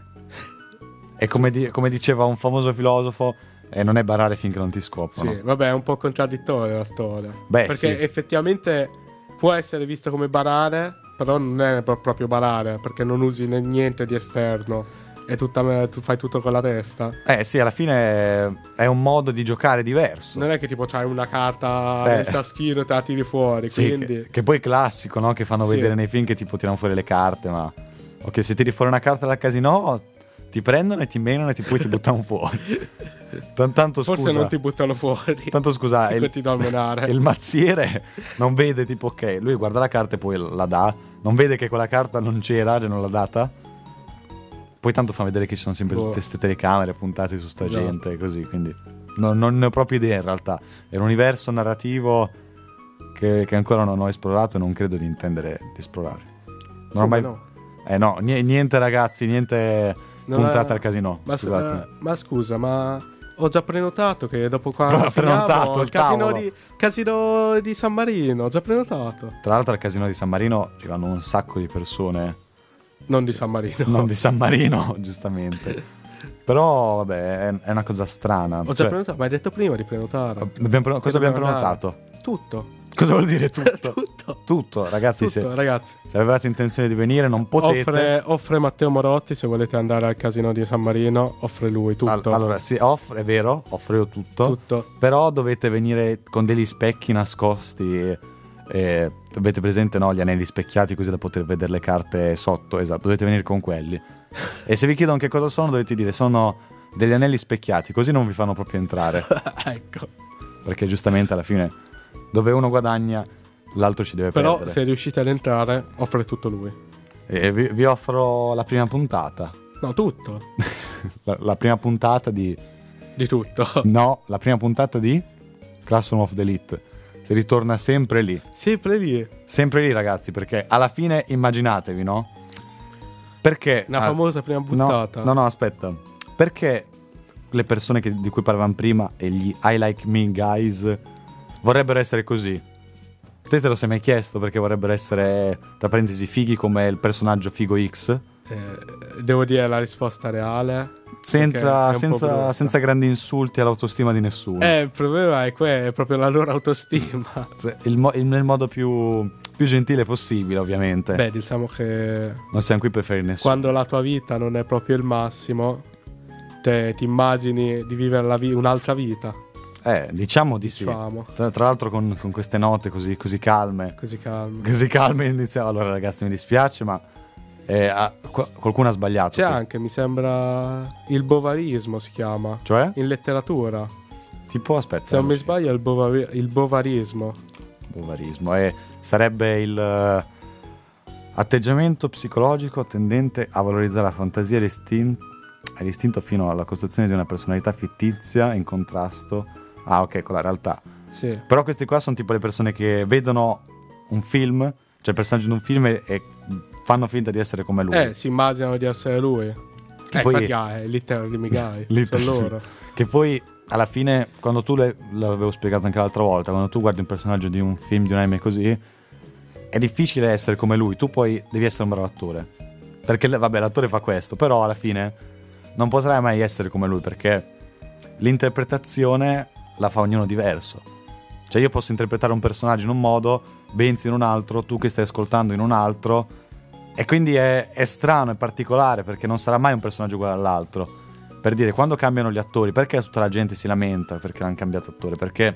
E come, di- come diceva un famoso filosofo, eh, non è barare finché non ti scoprono.
Sì, vabbè, è un po' contraddittoria la storia.
Beh,
perché
sì.
effettivamente può essere visto come barare, però non è pro- proprio barare, perché non usi né- niente di esterno. È tutta, tu fai tutto con la testa.
Eh sì, alla fine è un modo di giocare diverso.
Non è che tipo c'hai una carta
Eh.
nel taschino e te la tiri fuori.
Sì,
quindi
che, che poi è classico, no? Che fanno
Sì.
vedere nei film che tipo tirano fuori le carte, ma... Ok, se tiri fuori una carta dal casino, ti prendono e ti menano e ti, poi ti buttano fuori. Tan- Tanto
forse
scusa...
non ti buttano fuori.
Tanto scusa,
Ti
il,
continua a menare.
il mazziere non vede tipo, ok, lui guarda la carta e poi la dà, non vede che quella carta non c'era, cioè non l'ha data. Poi tanto fa vedere che ci sono sempre
Boh.
tutte queste telecamere puntate su sta
Esatto.
gente, così, quindi no- non ne ho proprio idea in realtà. È un universo narrativo che, che ancora non ho esplorato e non credo di intendere di esplorare. Non ho
Come
mai...
no?
Eh no, nie- niente ragazzi, niente
Non
puntate
è-
al casino,
Ma,
scusate.
eh, ma scusa, ma ho già prenotato che dopo qua
Però ha prenotato il
casino
tavolo.
di, casino di San Marino, ho già prenotato.
Tra l'altro al casino di San Marino ci vanno un sacco di persone.
Non di San Marino.
Non di San Marino, giustamente. Però, vabbè, è, è una cosa strana.
Ho già
Cioè,
prenotato, ma hai detto prima di prenotare.
abbiamo pre- cosa abbiamo
dobbiamo
prenotato?
Tutto.
Cosa vuol dire tutto?
Tutto.
Tutto, ragazzi,
Tutto,
se,
ragazzi.
se avevate intenzione di venire non potete.
Offre, offre Matteo Morotti, se volete andare al casino di San Marino, offre lui tutto.
Al- allora, sì, offre, è vero, offro io tutto.
Tutto.
Però dovete venire con degli specchi nascosti. E, e avete presente, no? Gli anelli specchiati così da poter vedere le carte sotto. Esatto, dovete venire con quelli. E se vi chiedono che cosa sono, dovete dire sono degli anelli specchiati, così non vi fanno proprio entrare.
Ecco.
Perché giustamente alla fine, dove uno guadagna, l'altro ci deve
Però
perdere.
se riuscite ad entrare, offre tutto lui.
E vi, vi offro la prima puntata.
No, tutto.
La, la prima puntata di...
Di tutto.
No, la prima puntata di Classroom of the Elite. Si ritorna sempre lì.
Sempre lì.
Sempre lì, ragazzi, perché alla fine immaginatevi, no? Perché...
Una
ah,
famosa prima
no,
puntata.
No, no, aspetta. Perché le persone che- di cui parlavamo prima e gli I like me guys vorrebbero essere così? Te te lo sei mai chiesto perché vorrebbero essere, tra parentesi, fighi come il personaggio Figo X?
Eh, devo dire la risposta reale.
Senza,
perché è un po'
senza,
brutta.
senza grandi insulti all'autostima di nessuno.
Eh, il problema è, que- è proprio la loro autostima.
Se- il mo- il- nel modo più, più gentile possibile, ovviamente.
Beh, diciamo che
Non siamo qui per ferire nessuno.
quando la tua vita non è proprio il massimo, te ti immagini di vivere la vi- un'altra vita.
Eh, diciamo di sì.
Diciamo.
Tra, tra l'altro con, con queste note così, così calme.
Così calmo.
Così calme iniziamo. Allora ragazzi, mi dispiace, ma eh, ah, qua- qualcuno ha sbagliato.
C'è
qui.
anche, mi sembra, il bovarismo si chiama.
Cioè?
In letteratura.
Tipo, aspetta.
Se non mi
Luci.
sbaglio è il, bovari- il bovarismo.
Bovarismo. E sarebbe il eh, atteggiamento psicologico tendente a valorizzare la fantasia e l'istin- e l'istinto fino alla costruzione di una personalità fittizia in contrasto. Ah, ok, con la realtà.
Sì.
Però questi qua sono tipo le persone che vedono un film, cioè il personaggio di un film e, e fanno finta di essere come lui.
Eh, si immaginano di essere lui. Eh,
poi-
perché è Literally Me Guy.
Literally.
Sono loro.
Che poi alla fine, quando tu le, l'avevo spiegato anche l'altra volta, quando tu guardi un personaggio di un film, di un anime così, è difficile essere come lui. Tu poi devi essere un bravo attore. Perché, vabbè, l'attore fa questo, però alla fine non potrai mai essere come lui perché l'interpretazione la fa ognuno diverso. Cioè io posso interpretare un personaggio in un modo, Benzi in un altro, tu che stai ascoltando in un altro, e quindi è, è strano, è particolare perché non sarà mai un personaggio uguale all'altro. Per dire, quando cambiano gli attori, perché tutta la gente si lamenta perché l'hanno cambiato attore? Perché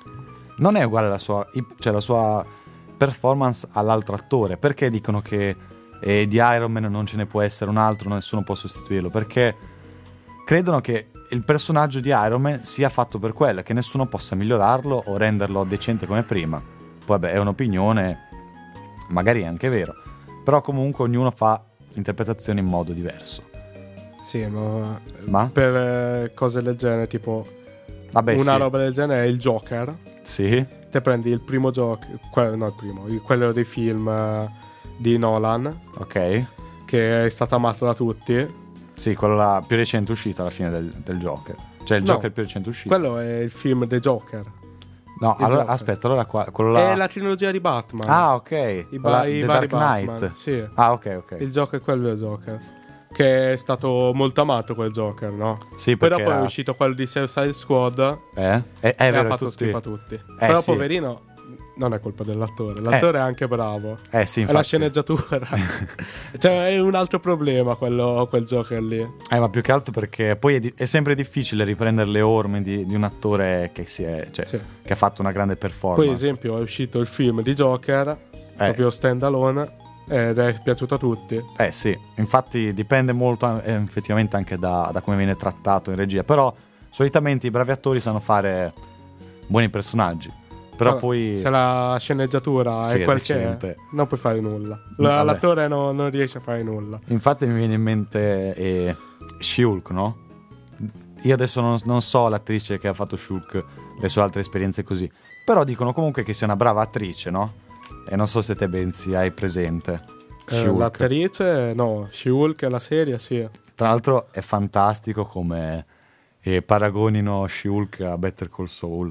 non è uguale la sua, cioè la sua performance all'altro attore. Perché dicono che eh, di Iron Man non ce ne può essere un altro, nessuno può sostituirlo? Perché credono che il personaggio di Iron Man sia fatto per quello, che nessuno possa migliorarlo o renderlo decente come prima. Poi vabbè, è un'opinione, magari è anche vero, però comunque ognuno fa interpretazioni in modo diverso.
Sì, ma,
Ma?
per eh, cose del genere, tipo
Vabbè,
una
sì.
roba del genere è il Joker.
Sì,
Te prendi il primo Joker, que- no il primo, il- quello dei film eh, di Nolan,
ok.
che è stato amato da tutti.
Sì, quello la più recente uscita alla fine del, del Joker. Cioè il
No,
Joker più recente uscito.
Quello è il film The Joker.
No,
il
allora
Joker.
aspetta, allora qua, quello là.
È la trilogia di Batman.
Ah, ok.
I,
Quella-
va- i
The
vari
Dark Knight.
Batman. Sì.
Ah, ok, ok.
Il Joker, quello è il Joker. Che è stato molto amato quel Joker, no?
Sì,
Però
perché
poi
era-
è uscito quello di Suicide Squad
Eh? È, è
e
vero,
ha fatto
tutti...
schifo a tutti. Però
sì.
poverino non è colpa dell'attore. L'attore è anche bravo.
Eh sì,
È la
infatti.
sceneggiatura. Cioè è un altro problema quello, quel Joker lì.
Eh, ma più che altro perché poi è, di- è sempre difficile riprendere le orme di, di un attore che, si è, cioè,
Sì.
che ha fatto una grande performance.
Poi, ad esempio, è uscito il film di Joker, proprio stand alone, ed è piaciuto a tutti.
Eh sì, infatti dipende molto eh, effettivamente anche da, da come viene trattato in regia. Però solitamente i bravi attori sanno fare buoni personaggi. Però
Allora,
poi...
se la sceneggiatura
Sì,
è
è
quel che è,
decente.
non puoi fare nulla.
Vabbè.
La- L'attore no- non riesce a fare nulla.
Infatti mi viene in mente eh, She-Hulk, no? Io adesso non, non so l'attrice che ha fatto She-Hulk, le sue altre esperienze così. Però dicono comunque che sia una brava attrice, no? E non so se te Benzi hai presente
Eh,
She-Hulk.
l'attrice, no. She-Hulk è la serie, sì.
Tra l'altro è fantastico come eh, paragonino She-Hulk a Better Call Saul.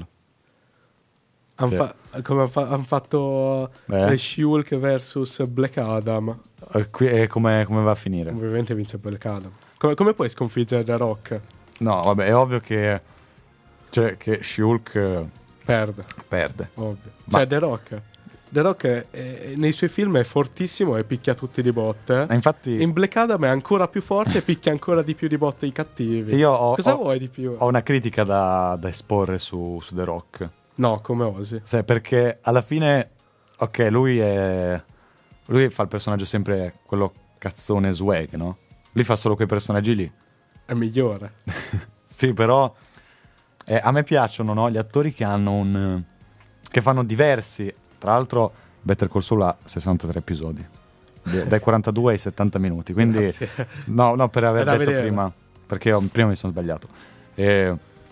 Han
Sì.
fa- come han fa- han fatto
Eh?
le She-Hulk versus Black Adam.
Eh, qui- e come, come va a finire?
Ovviamente vince Black Adam. Come, come puoi sconfiggere The Rock?
No, vabbè, è ovvio che, cioè, che She-Hulk eh,
Perde,
perde.
ovvio.
Ma-
Cioè The Rock. The Rock è- è- nei suoi film è fortissimo e picchia tutti di botte.
Eh, Infatti
In Black Adam è ancora più forte e picchia ancora di più di botte i cattivi.
io ho,
Cosa
ho-
vuoi di più?
ho una critica da, da esporre su, su The Rock.
No, come osi.
Sai, perché alla fine, ok, lui è. Lui fa il personaggio sempre quello cazzone swag, no? Lui fa solo quei personaggi lì.
È migliore.
Sì, però eh, a me piacciono, no? Gli attori che hanno un. Che fanno diversi. Tra l'altro, Better Call Saul ha sessantatré episodi. De- dai quarantadue ai settanta minuti. Quindi.
Grazie.
No, no, per aver
È da
detto
vedere.
prima. Perché io prima mi sono sbagliato. Eh,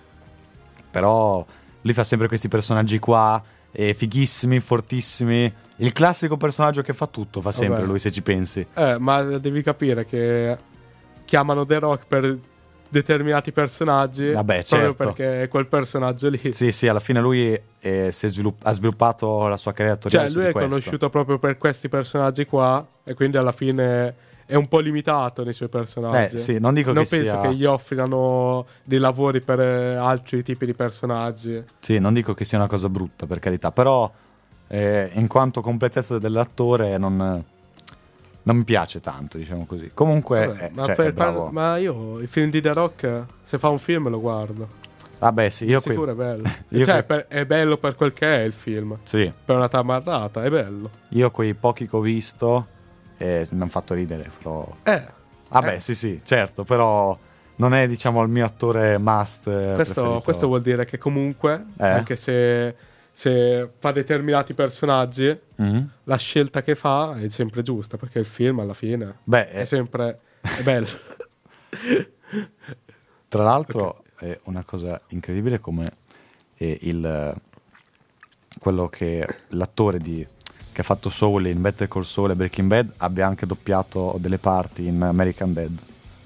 però lui fa sempre questi personaggi qua, eh, fighissimi, fortissimi. Il classico personaggio che fa tutto, fa sempre
Vabbè.
lui, se ci pensi.
Eh, ma devi capire che chiamano The Rock per determinati personaggi.
Vabbè,
proprio
certo.
perché è quel personaggio lì.
Sì, sì, alla fine lui eh, si è svilupp- ha sviluppato la sua carriera attoriale
Cioè,
su
lui
di
è
questo.
conosciuto proprio per questi personaggi qua. E quindi alla fine è un po' limitato nei suoi personaggi.
Eh, sì, non dico
non
che
penso
sia...
che gli offrano dei lavori per eh, altri tipi di personaggi.
Sì, non dico che sia una cosa brutta, per carità, però eh, in quanto completezza dell'attore non, non mi piace tanto, diciamo così. Comunque,
Vabbè,
eh,
ma,
cioè,
per-
è bravo.
ma io i film di The Rock, se fa un film lo guardo.
Vabbè, sì, io
Di sicuro
qui...
è bello.
io
Cioè,
que-
per- è bello per quel che è il film.
Sì,
Per una tamarrata, è bello.
io quei pochi che ho visto eh, mi hanno fatto ridere, però...
Eh,
Vabbè,
Eh.
sì, sì, certo, però non è, diciamo, il mio attore must eh,
questo,
preferito.
questo vuol dire che comunque,
Eh?
anche se, se fa determinati personaggi,
Mhm.
la scelta che fa è sempre giusta, perché il film alla fine
Beh,
è
eh,
sempre è bello.
tra l'altro è una cosa incredibile come eh, il quello che l'attore di che ha fatto Saul in Better Call Saul e Breaking Bad abbia anche doppiato delle parti in American Dad.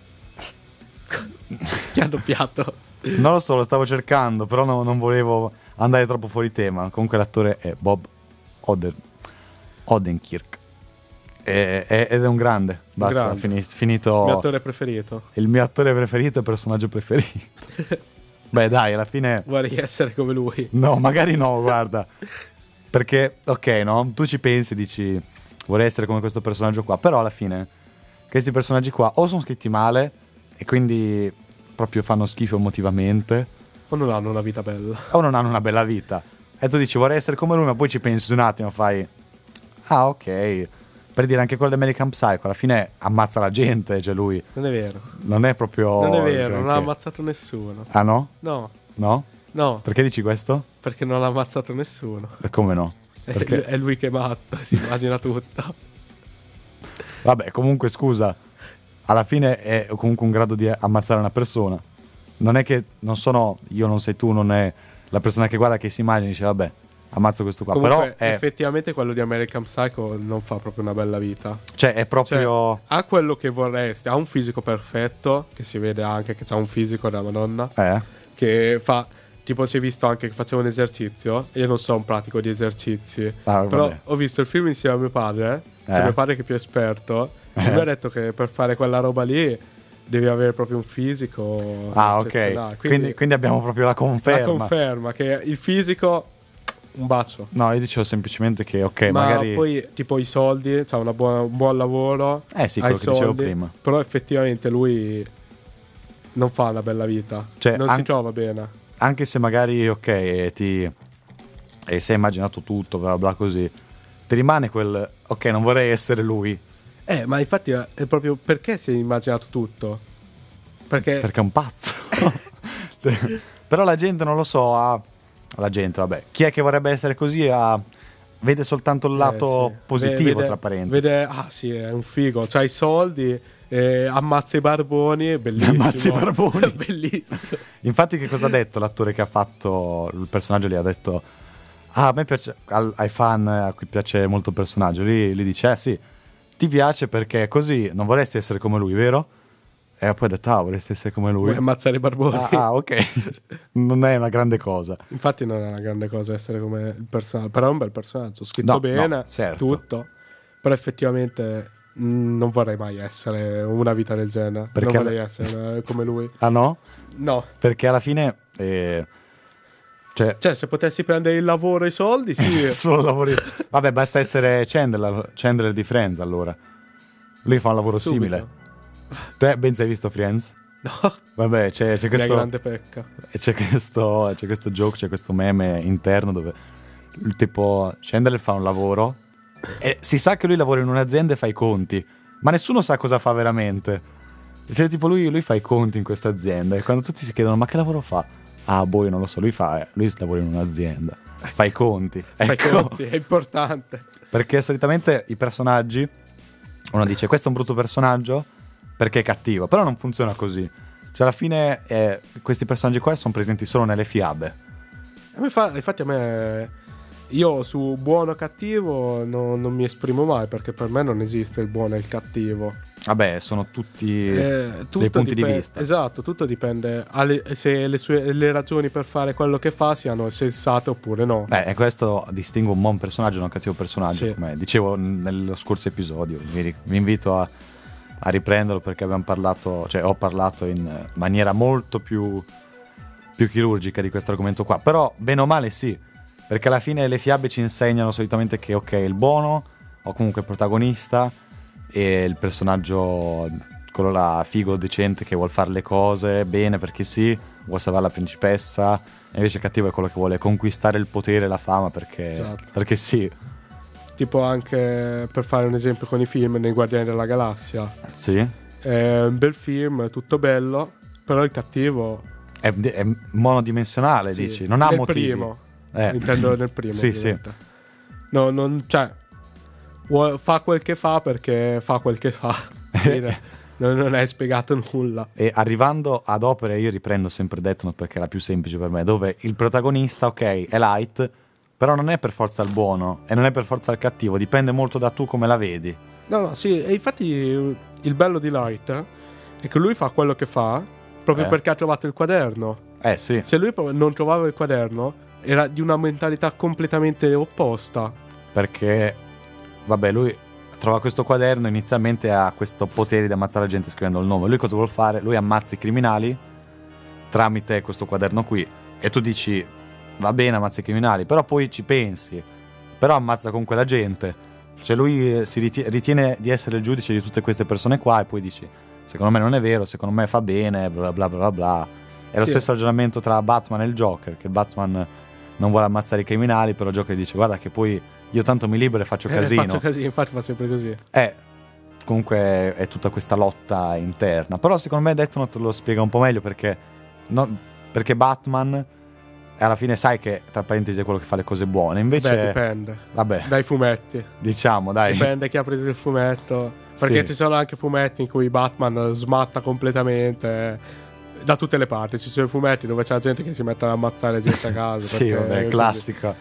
Che ha doppiato.
Non lo so, lo stavo cercando, però no- non volevo andare troppo fuori tema. Comunque l'attore è Bob Oden- Odenkirk. E- è- ed è un grande. Basta,
grande.
fini- finito.
Il mio attore preferito.
Il mio attore preferito e personaggio preferito. Beh, dai, alla fine.
Vorrei essere come lui.
No, magari no, guarda. Perché, ok, no? Tu ci pensi, dici, vorrei essere come questo personaggio qua. Però alla fine, questi personaggi qua o sono scritti male e quindi proprio fanno schifo emotivamente,
O non hanno una vita bella.
o non hanno una bella vita. E tu dici, vorrei essere come lui, ma poi ci pensi un attimo, fai, ah, ok. Per dire, anche quello di American Psycho, alla fine ammazza la gente, cioè lui.
Non è vero.
Non è proprio...
non è vero, non ha
granché.
ammazzato nessuno.
Ah, no?
No,
No?
no,
Perché dici questo?
perché non ha ammazzato nessuno.
E come no?
È-
Perché...
È lui che matta, si immagina tutto.
Vabbè, comunque scusa, alla fine è comunque un grado di ammazzare una persona. Non è che non sono io, non sei tu, non è la persona che guarda che si immagina e dice vabbè, ammazzo questo qua.
Comunque,
Però è,
effettivamente quello di American Psycho non fa proprio una bella vita.
cioè, è proprio...
Cioè, ha quello che vorresti, ha un fisico perfetto, che si vede anche che ha un fisico da Madonna,
Eh?
che fa, tipo si è visto anche che faceva un esercizio. Io non sono un pratico di esercizi,
Ah,
però
vabbè.
ho visto il film insieme a mio padre,
Eh.
cioè mio padre che è più esperto, e mi ha detto che per fare quella roba lì devi avere proprio un fisico
Ah,
eccezionale.
ok. Quindi, quindi abbiamo proprio la
la
conferma.
conferma che il fisico, un bacio.
No, io dicevo semplicemente che, ok,
Ma
magari...
poi tipo i soldi, c'ha una buona- un buon lavoro,
Eh sì,
ha
quello
i
che dicevo
soldi,
prima.
però effettivamente lui non fa una bella vita,
Cioè,
non si
an-
trova bene.
Anche se magari, ok, ti... e sei immaginato tutto, bla bla così, ti rimane quel... Ok, non vorrei essere lui,
Eh, ma infatti è è proprio perché si è immaginato tutto? Perché,
perché è un pazzo. Però la gente, non lo so, ha... La gente, vabbè. Chi è che vorrebbe essere così? Ha... Vede soltanto il lato
eh, sì.
positivo,
Vede-
tra parentesi.
Vede, ah sì, è un figo, c'ha i soldi, eh, ammazza i barboni, bellissimo.
Ammazza i barboni.
Bellissimo.
Infatti che cosa ha detto l'attore che ha fatto il personaggio lì? Ha detto, ah, a me piace, al- ai fan a cui piace molto il personaggio, lì, lì dice, eh sì, ti piace perché così non vorresti essere come lui, vero? E poi ha detto, ah, vorresti essere come lui?
Vuoi ammazzare i barboni?
Ah, ah, ok. Non è una grande cosa.
Infatti non è una grande cosa essere come il personaggio, però è un bel personaggio, scritto
No,
bene,
no, certo.
tutto, però effettivamente mh, non vorrei mai essere una vita del genere,
Perché
non vorrei
alla-
essere eh, come lui.
Ah no?
No,
Perché alla fine... eh, cioè...
cioè se potessi prendere il lavoro e i soldi, sì.
Solo lavori... Vabbè, basta essere Chandler, Chandler di Friends, allora. Lui fa un lavoro
Subito.
simile. Te, Benz, hai visto Friends?
No,
Vabbè, c'è, c'è
mia
questo...
grande pecca.
E c'è questo, c'è questo joke, c'è questo meme interno dove il tipo Chandler fa un lavoro e si sa che lui lavora in un'azienda e fa i conti, ma nessuno sa cosa fa veramente. Cioè tipo lui, lui fa i conti in questa azienda e quando tutti si chiedono ma che lavoro fa? Ah boh, io non lo so, lui fa, lui lavora in un'azienda, fa i conti.
Fai
Ecco.
conti, è importante.
Perché solitamente i personaggi, uno dice questo è un brutto personaggio perché è cattivo, però non funziona così. Cioè alla fine eh, questi personaggi qua sono presenti solo nelle fiabe.
A me fa- infatti a me, io su buono o cattivo no- non mi esprimo mai, perché per me non esiste il buono e il cattivo.
Vabbè, sono tutti
Eh, tutto
dei punti
dipende-
di vista.
Esatto, tutto dipende alle- se le, sue, le ragioni per fare quello che fa siano sensate oppure no.
Eh, e questo distingue un buon personaggio da un cattivo personaggio,
Sì.
come dicevo n- nello scorso episodio. Vi, ri- vi invito a, a riprenderlo perché abbiamo parlato, cioè ho parlato in maniera molto più, più chirurgica di questo argomento qua. Però, bene o male, sì, perché alla fine le fiabe ci insegnano solitamente che, ok, il buono, o comunque il protagonista, e il personaggio, quello là figo, decente, che vuol fare le cose bene perché sì, vuole salvare la principessa, e invece il cattivo è quello che vuole conquistare il potere e la fama perché,
Esatto.
perché sì.
Tipo anche per fare un esempio con i film nei Guardiani della Galassia.
Sì.
È un bel film, tutto bello, però il cattivo...
È, è monodimensionale,
sì,
dici, non ha
nel
motivi.
primo.
Eh.
Intendo nel primo.
Sì, sì.
ovviamente. No, non, cioè, vuo- fa quel che fa perché fa quel che fa. Fine. non, non è spiegato nulla.
E arrivando ad opere, io riprendo sempre Death Note perché è la più semplice per me, dove il protagonista, ok, è light, però non è per forza il buono e non è per forza il cattivo, dipende molto da tu come la vedi.
No, no, sì, e infatti il bello di Light è che lui fa quello che fa proprio
Eh.
perché ha trovato il quaderno.
Eh sì,
Se lui pro- non trovava il quaderno, era di una mentalità completamente opposta.
perché, vabbè, lui trova questo quaderno, inizialmente ha questo potere di ammazzare la gente scrivendo il nome. Lui cosa vuol fare? Lui ammazza i criminali tramite questo quaderno qui. E tu dici, va bene, ammazza i criminali, però poi ci pensi, però ammazza comunque la gente. Cioè lui eh, si riti- ritiene di essere il giudice di tutte queste persone qua e poi dici, secondo me non è vero, secondo me fa bene, bla bla bla bla. È lo
Sì.
stesso ragionamento tra Batman e il Joker, che Batman non vuole ammazzare i criminali, però il Joker dice, guarda che poi io tanto mi libero e faccio
Eh,
casino.
faccio casino, infatti fa sempre così.
Eh, comunque è tutta questa lotta interna. Però secondo me Death Note lo spiega un po' meglio perché, no- perché Batman alla fine sai che tra parentesi è quello che fa le cose buone. Invece,
Beh, dipende.
vabbè,
Dai fumetti.
diciamo, dai.
Dipende chi ha preso il fumetto. Perché
Sì.
ci sono anche fumetti in cui Batman smatta completamente eh, da tutte le parti. Ci sono i fumetti dove c'è la gente che si mette ad ammazzare gente a caso.
Sì,
perché è
vabbè,
così.
classico.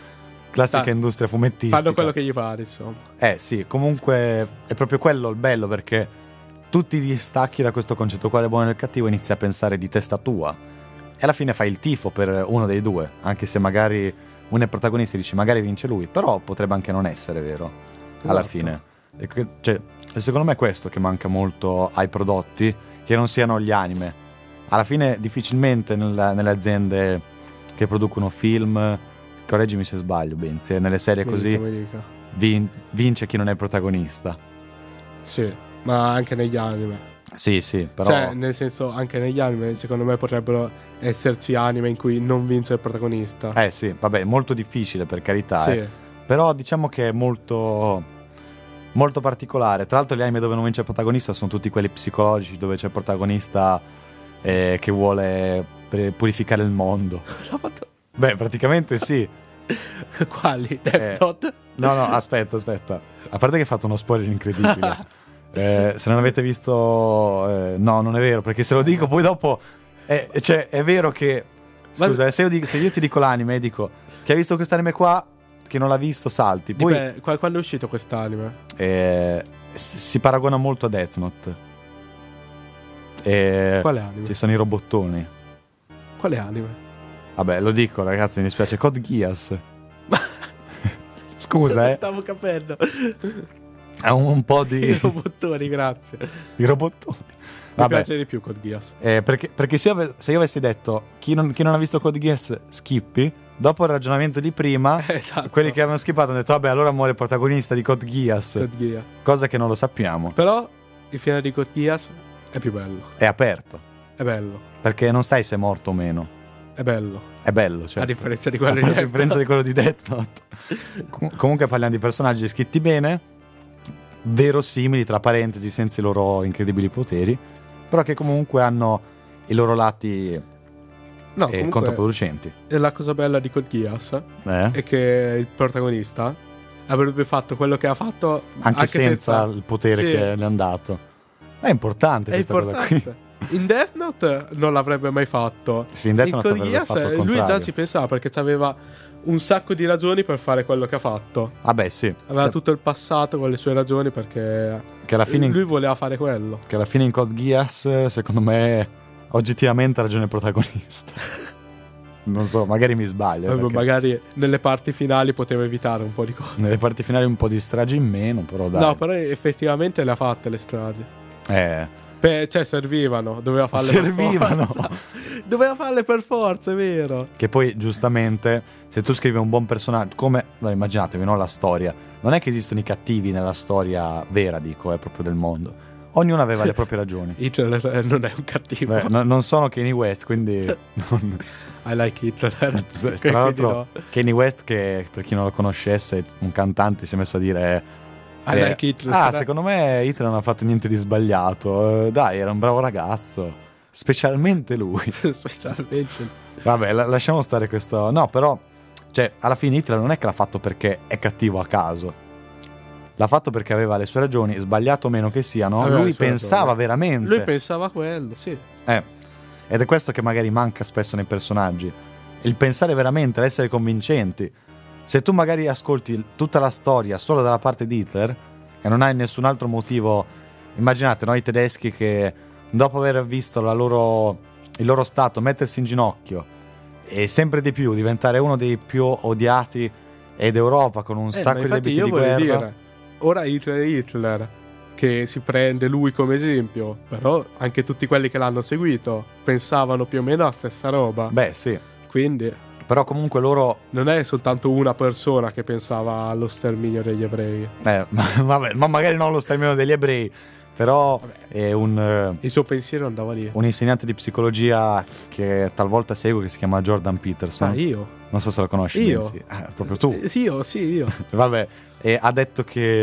classica
Dai,
industria fumettistica.
fanno quello che gli pare, insomma.
Eh sì, comunque è proprio quello il bello, perché tu ti distacchi da questo concetto qua del buono e del cattivo e inizi a pensare di testa tua e alla fine fai il tifo per uno dei due, anche se magari uno è protagonista e dici magari vince lui, però potrebbe anche non essere vero alla
Esatto.
fine. E que- cioè, secondo me è questo che manca molto ai prodotti, che non siano gli anime. Alla fine difficilmente nella- nelle aziende che producono film, correggimi se sbaglio Benzi, nelle serie
Mi
così
dica, mi dica.
vin- vince chi non è il protagonista.
Sì, ma anche negli anime.
Sì, sì, però
Cioè, nel senso, anche negli anime, secondo me potrebbero esserci anime in cui non vince il protagonista.
eh sì, vabbè, molto difficile per carità,
sì.
eh. Però diciamo che è molto molto particolare. Tra l'altro gli anime dove non vince il protagonista sono tutti quelli psicologici, dove c'è il protagonista eh, che vuole pre- purificare il mondo.
L'ho fatto...
Beh, praticamente sì.
Quali? Death Note?
No, no, aspetta, aspetta. A parte che hai fatto uno spoiler incredibile. Eh, se non avete visto... eh, no, non è vero, perché se lo dico poi dopo... eh, cioè, è vero che... Scusa, eh, se, io dico- se io ti dico l'anime e dico che hai visto quest'anime qua, che non l'ha visto, salti. Poi
Dipende- qua- quando è uscito quest'anime?
eh, si si paragona molto a Death Note. E
Quale anime?
ci sono i robottoni.
Quale anime?
Vabbè, lo dico, ragazzi, mi dispiace. Code Geass. Scusa, eh.
Stavo capendo.
Ha un, un po' di...
I robottoni, grazie.
i robottoni.
Mi
Vabbè.
piace di più Code Geass.
Eh, perché, perché se, io ave- se io avessi detto chi non, chi non ha visto Code Geass skippi, dopo il ragionamento di prima,
Esatto.
quelli che avevano skippato hanno detto vabbè, allora muore il protagonista di Code Geass,
Code Geass.
cosa che non lo sappiamo.
Però il finale di Code Geass è più bello.
È aperto,
È bello.
perché non sai se è morto o meno.
È bello.
È bello, certo.
A differenza di quello di
A
Death
differenza
Note.
di quello di Death Note. Com- comunque parliamo di personaggi scritti bene, verosimili, tra parentesi, senza i loro incredibili poteri, però che comunque hanno i loro lati
No,
eh,
comunque,
controproducenti.
la cosa bella di Code Geass
Eh?
è che il protagonista avrebbe fatto quello che ha fatto
Anche, senza, il potere
Sì.
che le hanno dato. È importante
È
questa cosa qui.
importante. In Death Note non l'avrebbe mai fatto.
Sì, in Death
in
Note
Code
avrebbe
Geass
fatto il
lui già
contrario.
ci pensava perché aveva un sacco di ragioni per fare quello che ha fatto.
Vabbè, sì.
Aveva
Che,
tutto il passato con le sue ragioni perché
che alla fine in,
lui voleva fare quello.
che alla fine in Code Geass, secondo me, oggettivamente ha ragione il protagonista. Non so, magari mi sbaglio.
Vabbè,
perché
magari nelle parti finali poteva evitare un po' di cose.
nelle parti finali un po' di stragi in meno, però dai.
No, però effettivamente le ha fatte le stragi.
Eh,
Beh, cioè servivano, doveva farle
Servivano.
per forza. Doveva farle per forza, è vero.
che poi, giustamente, se tu scrivi un buon personaggio, come... No, immaginatevi, no, la storia. Non è che esistono i cattivi nella storia vera, dico, è proprio del mondo. Ognuno aveva le proprie ragioni.
Hitler eh, non è un cattivo.
Beh, no- non sono Kanye West, quindi... non-
I like Hitler.
Tra
Quindi
l'altro,
no.
Kanye West, che per chi non lo conoscesse, un cantante, si è messo a dire...
I
eh,
like Hitler.
ah, secondo me Hitler non ha fatto niente di sbagliato. Eh, dai, era un bravo ragazzo. Specialmente lui.
Specialmente.
Vabbè, la- lasciamo stare questo... No, però... Cioè, alla fine Hitler non è che l'ha fatto perché è cattivo a caso. L'ha fatto perché aveva le sue ragioni, sbagliato o meno che siano.
Aveva
Lui
le sue
pensava
ragioni.
veramente...
Lui pensava a quello, sì.
Eh, ed è questo che magari manca spesso nei personaggi. Il pensare veramente, l'essere convincenti. Se tu magari ascolti tutta la storia solo dalla parte di Hitler e non hai nessun altro motivo, immaginate, no, i tedeschi che dopo aver visto la loro, il loro stato mettersi in ginocchio e sempre di più diventare uno dei più odiati ed Europa con un
Eh,
sacco
ma
di
infatti
debiti
io
di
voglio
guerra.
dire, ora Hitler è Hitler, che si prende lui come esempio, però anche tutti quelli che l'hanno seguito pensavano più o meno la stessa roba.
Beh, sì,
Quindi
però comunque loro
non è soltanto una persona che pensava allo sterminio degli ebrei.
eh, ma, vabbè, ma magari non lo sterminio degli ebrei, però
Vabbè.
è un eh,
Il suo pensiero andava lì.
un insegnante di psicologia che talvolta seguo, che si chiama Jordan Peterson.
Ah, io?
Non so se lo conosci.
Io?
Benzi. Eh, proprio tu.
Eh, Sì, io, sì, io.
Vabbè, e ha detto che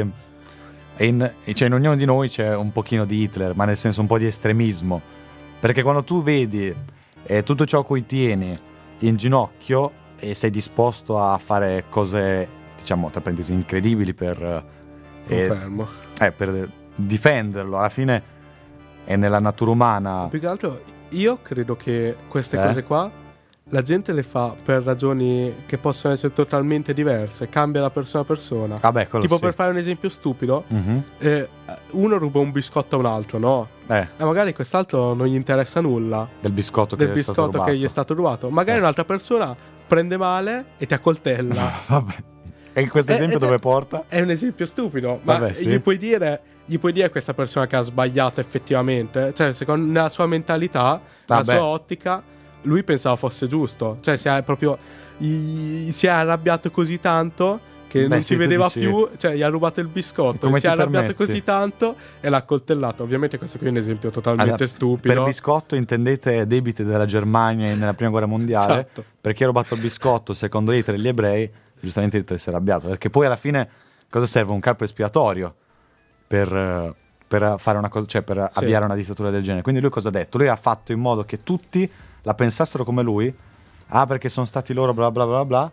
in, cioè in ognuno di noi c'è un pochino di Hitler, ma nel senso un po' di estremismo. Perché quando tu vedi eh, tutto ciò a cui tieni in ginocchio e sei disposto a fare cose, diciamo, tra parentesi, incredibili per, eh,
Confermo.
eh, per difenderlo, alla fine è nella natura umana.
Più che altro io credo che queste
Eh?
cose qua la gente le fa per ragioni che possono essere totalmente diverse, cambia da persona a persona.
Vabbè, quello
Tipo
sì.
per fare un esempio stupido,
Mhm.
eh, uno ruba un biscotto a un altro, no?
Eh,
E magari quest'altro non gli interessa nulla
del biscotto che
del
gli è stato
biscotto
rubato.
che gli è stato rubato. Magari
Eh.
un'altra persona prende male e ti accoltella.
Vabbè. E in questo
Eh,
esempio
eh,
dove
eh,
porta?
È un esempio stupido, ma
Vabbè, sì.
gli puoi dire gli puoi dire a questa persona che ha sbagliato effettivamente? Cioè, secondo nella sua mentalità, nella
Vabbè.
sua ottica, lui pensava fosse giusto. Cioè, si è proprio gli- si è arrabbiato così tanto che
Beh,
non si
sì,
vedeva
dici-
più, cioè gli ha rubato il biscotto,
Come
si è
ti
arrabbiato
permetti?
così tanto e l'ha accoltellato. Ovviamente questo qui è un esempio totalmente
Allora,
stupido.
Per biscotto intendete debiti della Germania nella prima guerra mondiale?
Esatto.
Per chi ha rubato il biscotto, secondo Hitler e gli ebrei, giustamente Hitler si è arrabbiato. Perché poi alla fine cosa serve? Un carpo espiatorio per, eh, per fare una cosa, cioè per
Sì.
avviare una dittatura del genere. Quindi lui cosa ha detto? Lui ha fatto in modo che tutti la pensassero come lui. Ah, perché sono stati loro, bla bla bla bla.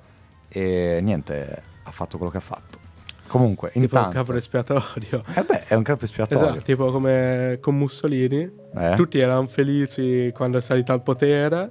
E niente, ha fatto quello che ha fatto. Comunque,
tipo un
intanto...
capo espiatorio.
Eh beh, è un carpo espiatorio.
Esatto, tipo come con Mussolini.
Eh?
Tutti erano felici quando è salito al potere.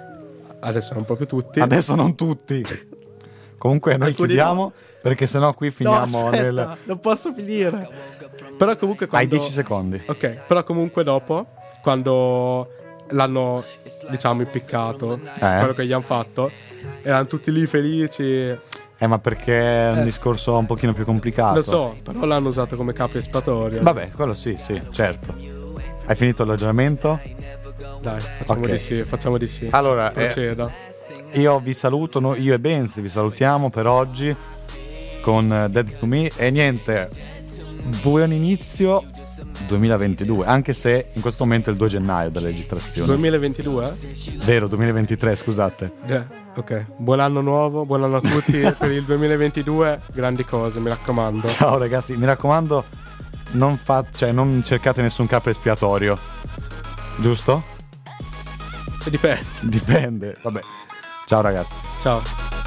Adesso non proprio tutti.
Adesso non tutti. Comunque noi
Alcuni
chiudiamo
no.
perché sennò qui finiamo
no, aspetta,
nel...
non posso finire. Però comunque quando...
Hai dieci secondi.
Ok, però comunque dopo, quando l'hanno, diciamo, impiccato,
Eh?
quello che gli hanno fatto, erano tutti lì felici.
Eh, ma perché è un
Eh.
discorso un pochino più complicato.
Lo so, però l'hanno usato come capo espiatorio.
Vabbè, quello sì, sì, certo. Hai finito il ragionamento?
Dai, facciamo
Ok.
di sì, facciamo di sì.
Allora, eh,
Proceda.
io vi saluto, no- io e Benz vi salutiamo per oggi con eh, Dead to Me e niente, buon inizio duemilaventidue, anche se in questo momento è il due gennaio della registrazione.
duemilaventidue?
Vero, duemilaventitré, scusate.
Eh, ok, buon anno nuovo, buon anno a tutti per il duemilaventidue, grandi cose, mi raccomando.
Ciao ragazzi, mi raccomando, non, fa- cioè, non cercate nessun capo espiatorio, giusto?
Dipende.
Dipende, vabbè. Ciao ragazzi.
Ciao.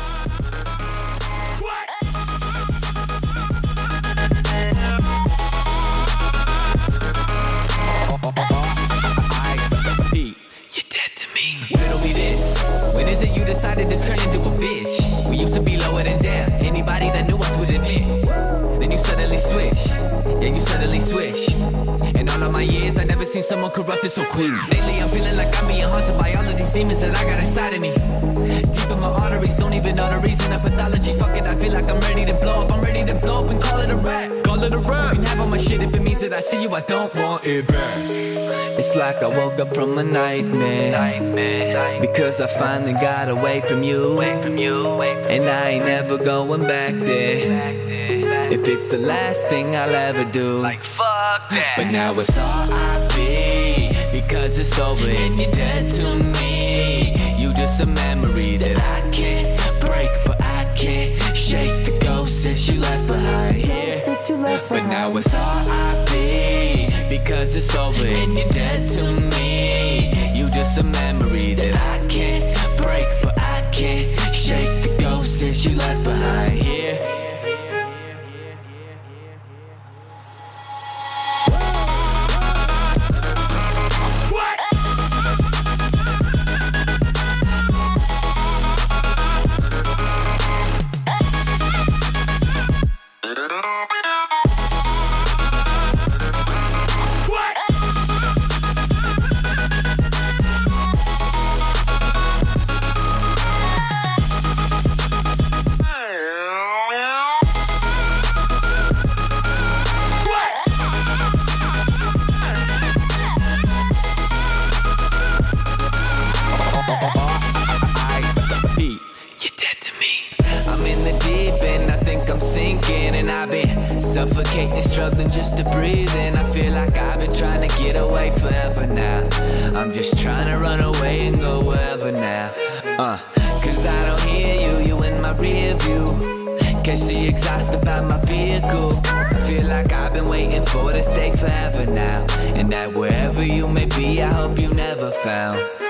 You're dead to me. Riddle me this. When is it you decided to turn into a bitch? We used to be lower than down. Anybody that knew us would admit. Then you suddenly switch. Yeah, you suddenly switch. In all of my years, I never seen someone corrupted so quick. Lately, I'm feeling like I'm being haunted by all of these demons that I got inside of me. Deep in my arteries, don't even know the reason of pathology. Fuck it, I feel like I'm ready to blow up. I'm ready to blow up and call it a rap. Call it a rap. You can have all my shit if it means that I see you. I don't want it back. It's like I woke up from a nightmare, nightmare. Because I finally got away from you, away from you, away from and I ain't never going back there. If it's the last thing I'll ever do, like fuck that. But now it's R I P because it's over and you're dead to me. You just a memory that I can't break, but I can't shake the ghost that you left behind here. But now it's R I P because it's over and you're dead to me. You just a memory that I can't break, but I can't shake the ghost that you left behind here. You're dead to me. I'm in the deep end, I think I'm sinking. And I've been suffocating, struggling just to breathe. And I feel like I've been trying to get away forever now. I'm just trying to run away and go wherever now. Uh, Cause I don't hear you, you in my rear view. Can't see exhausted by my vehicle. I feel like I've been waiting for this day forever now. And that wherever you may be, I hope you never found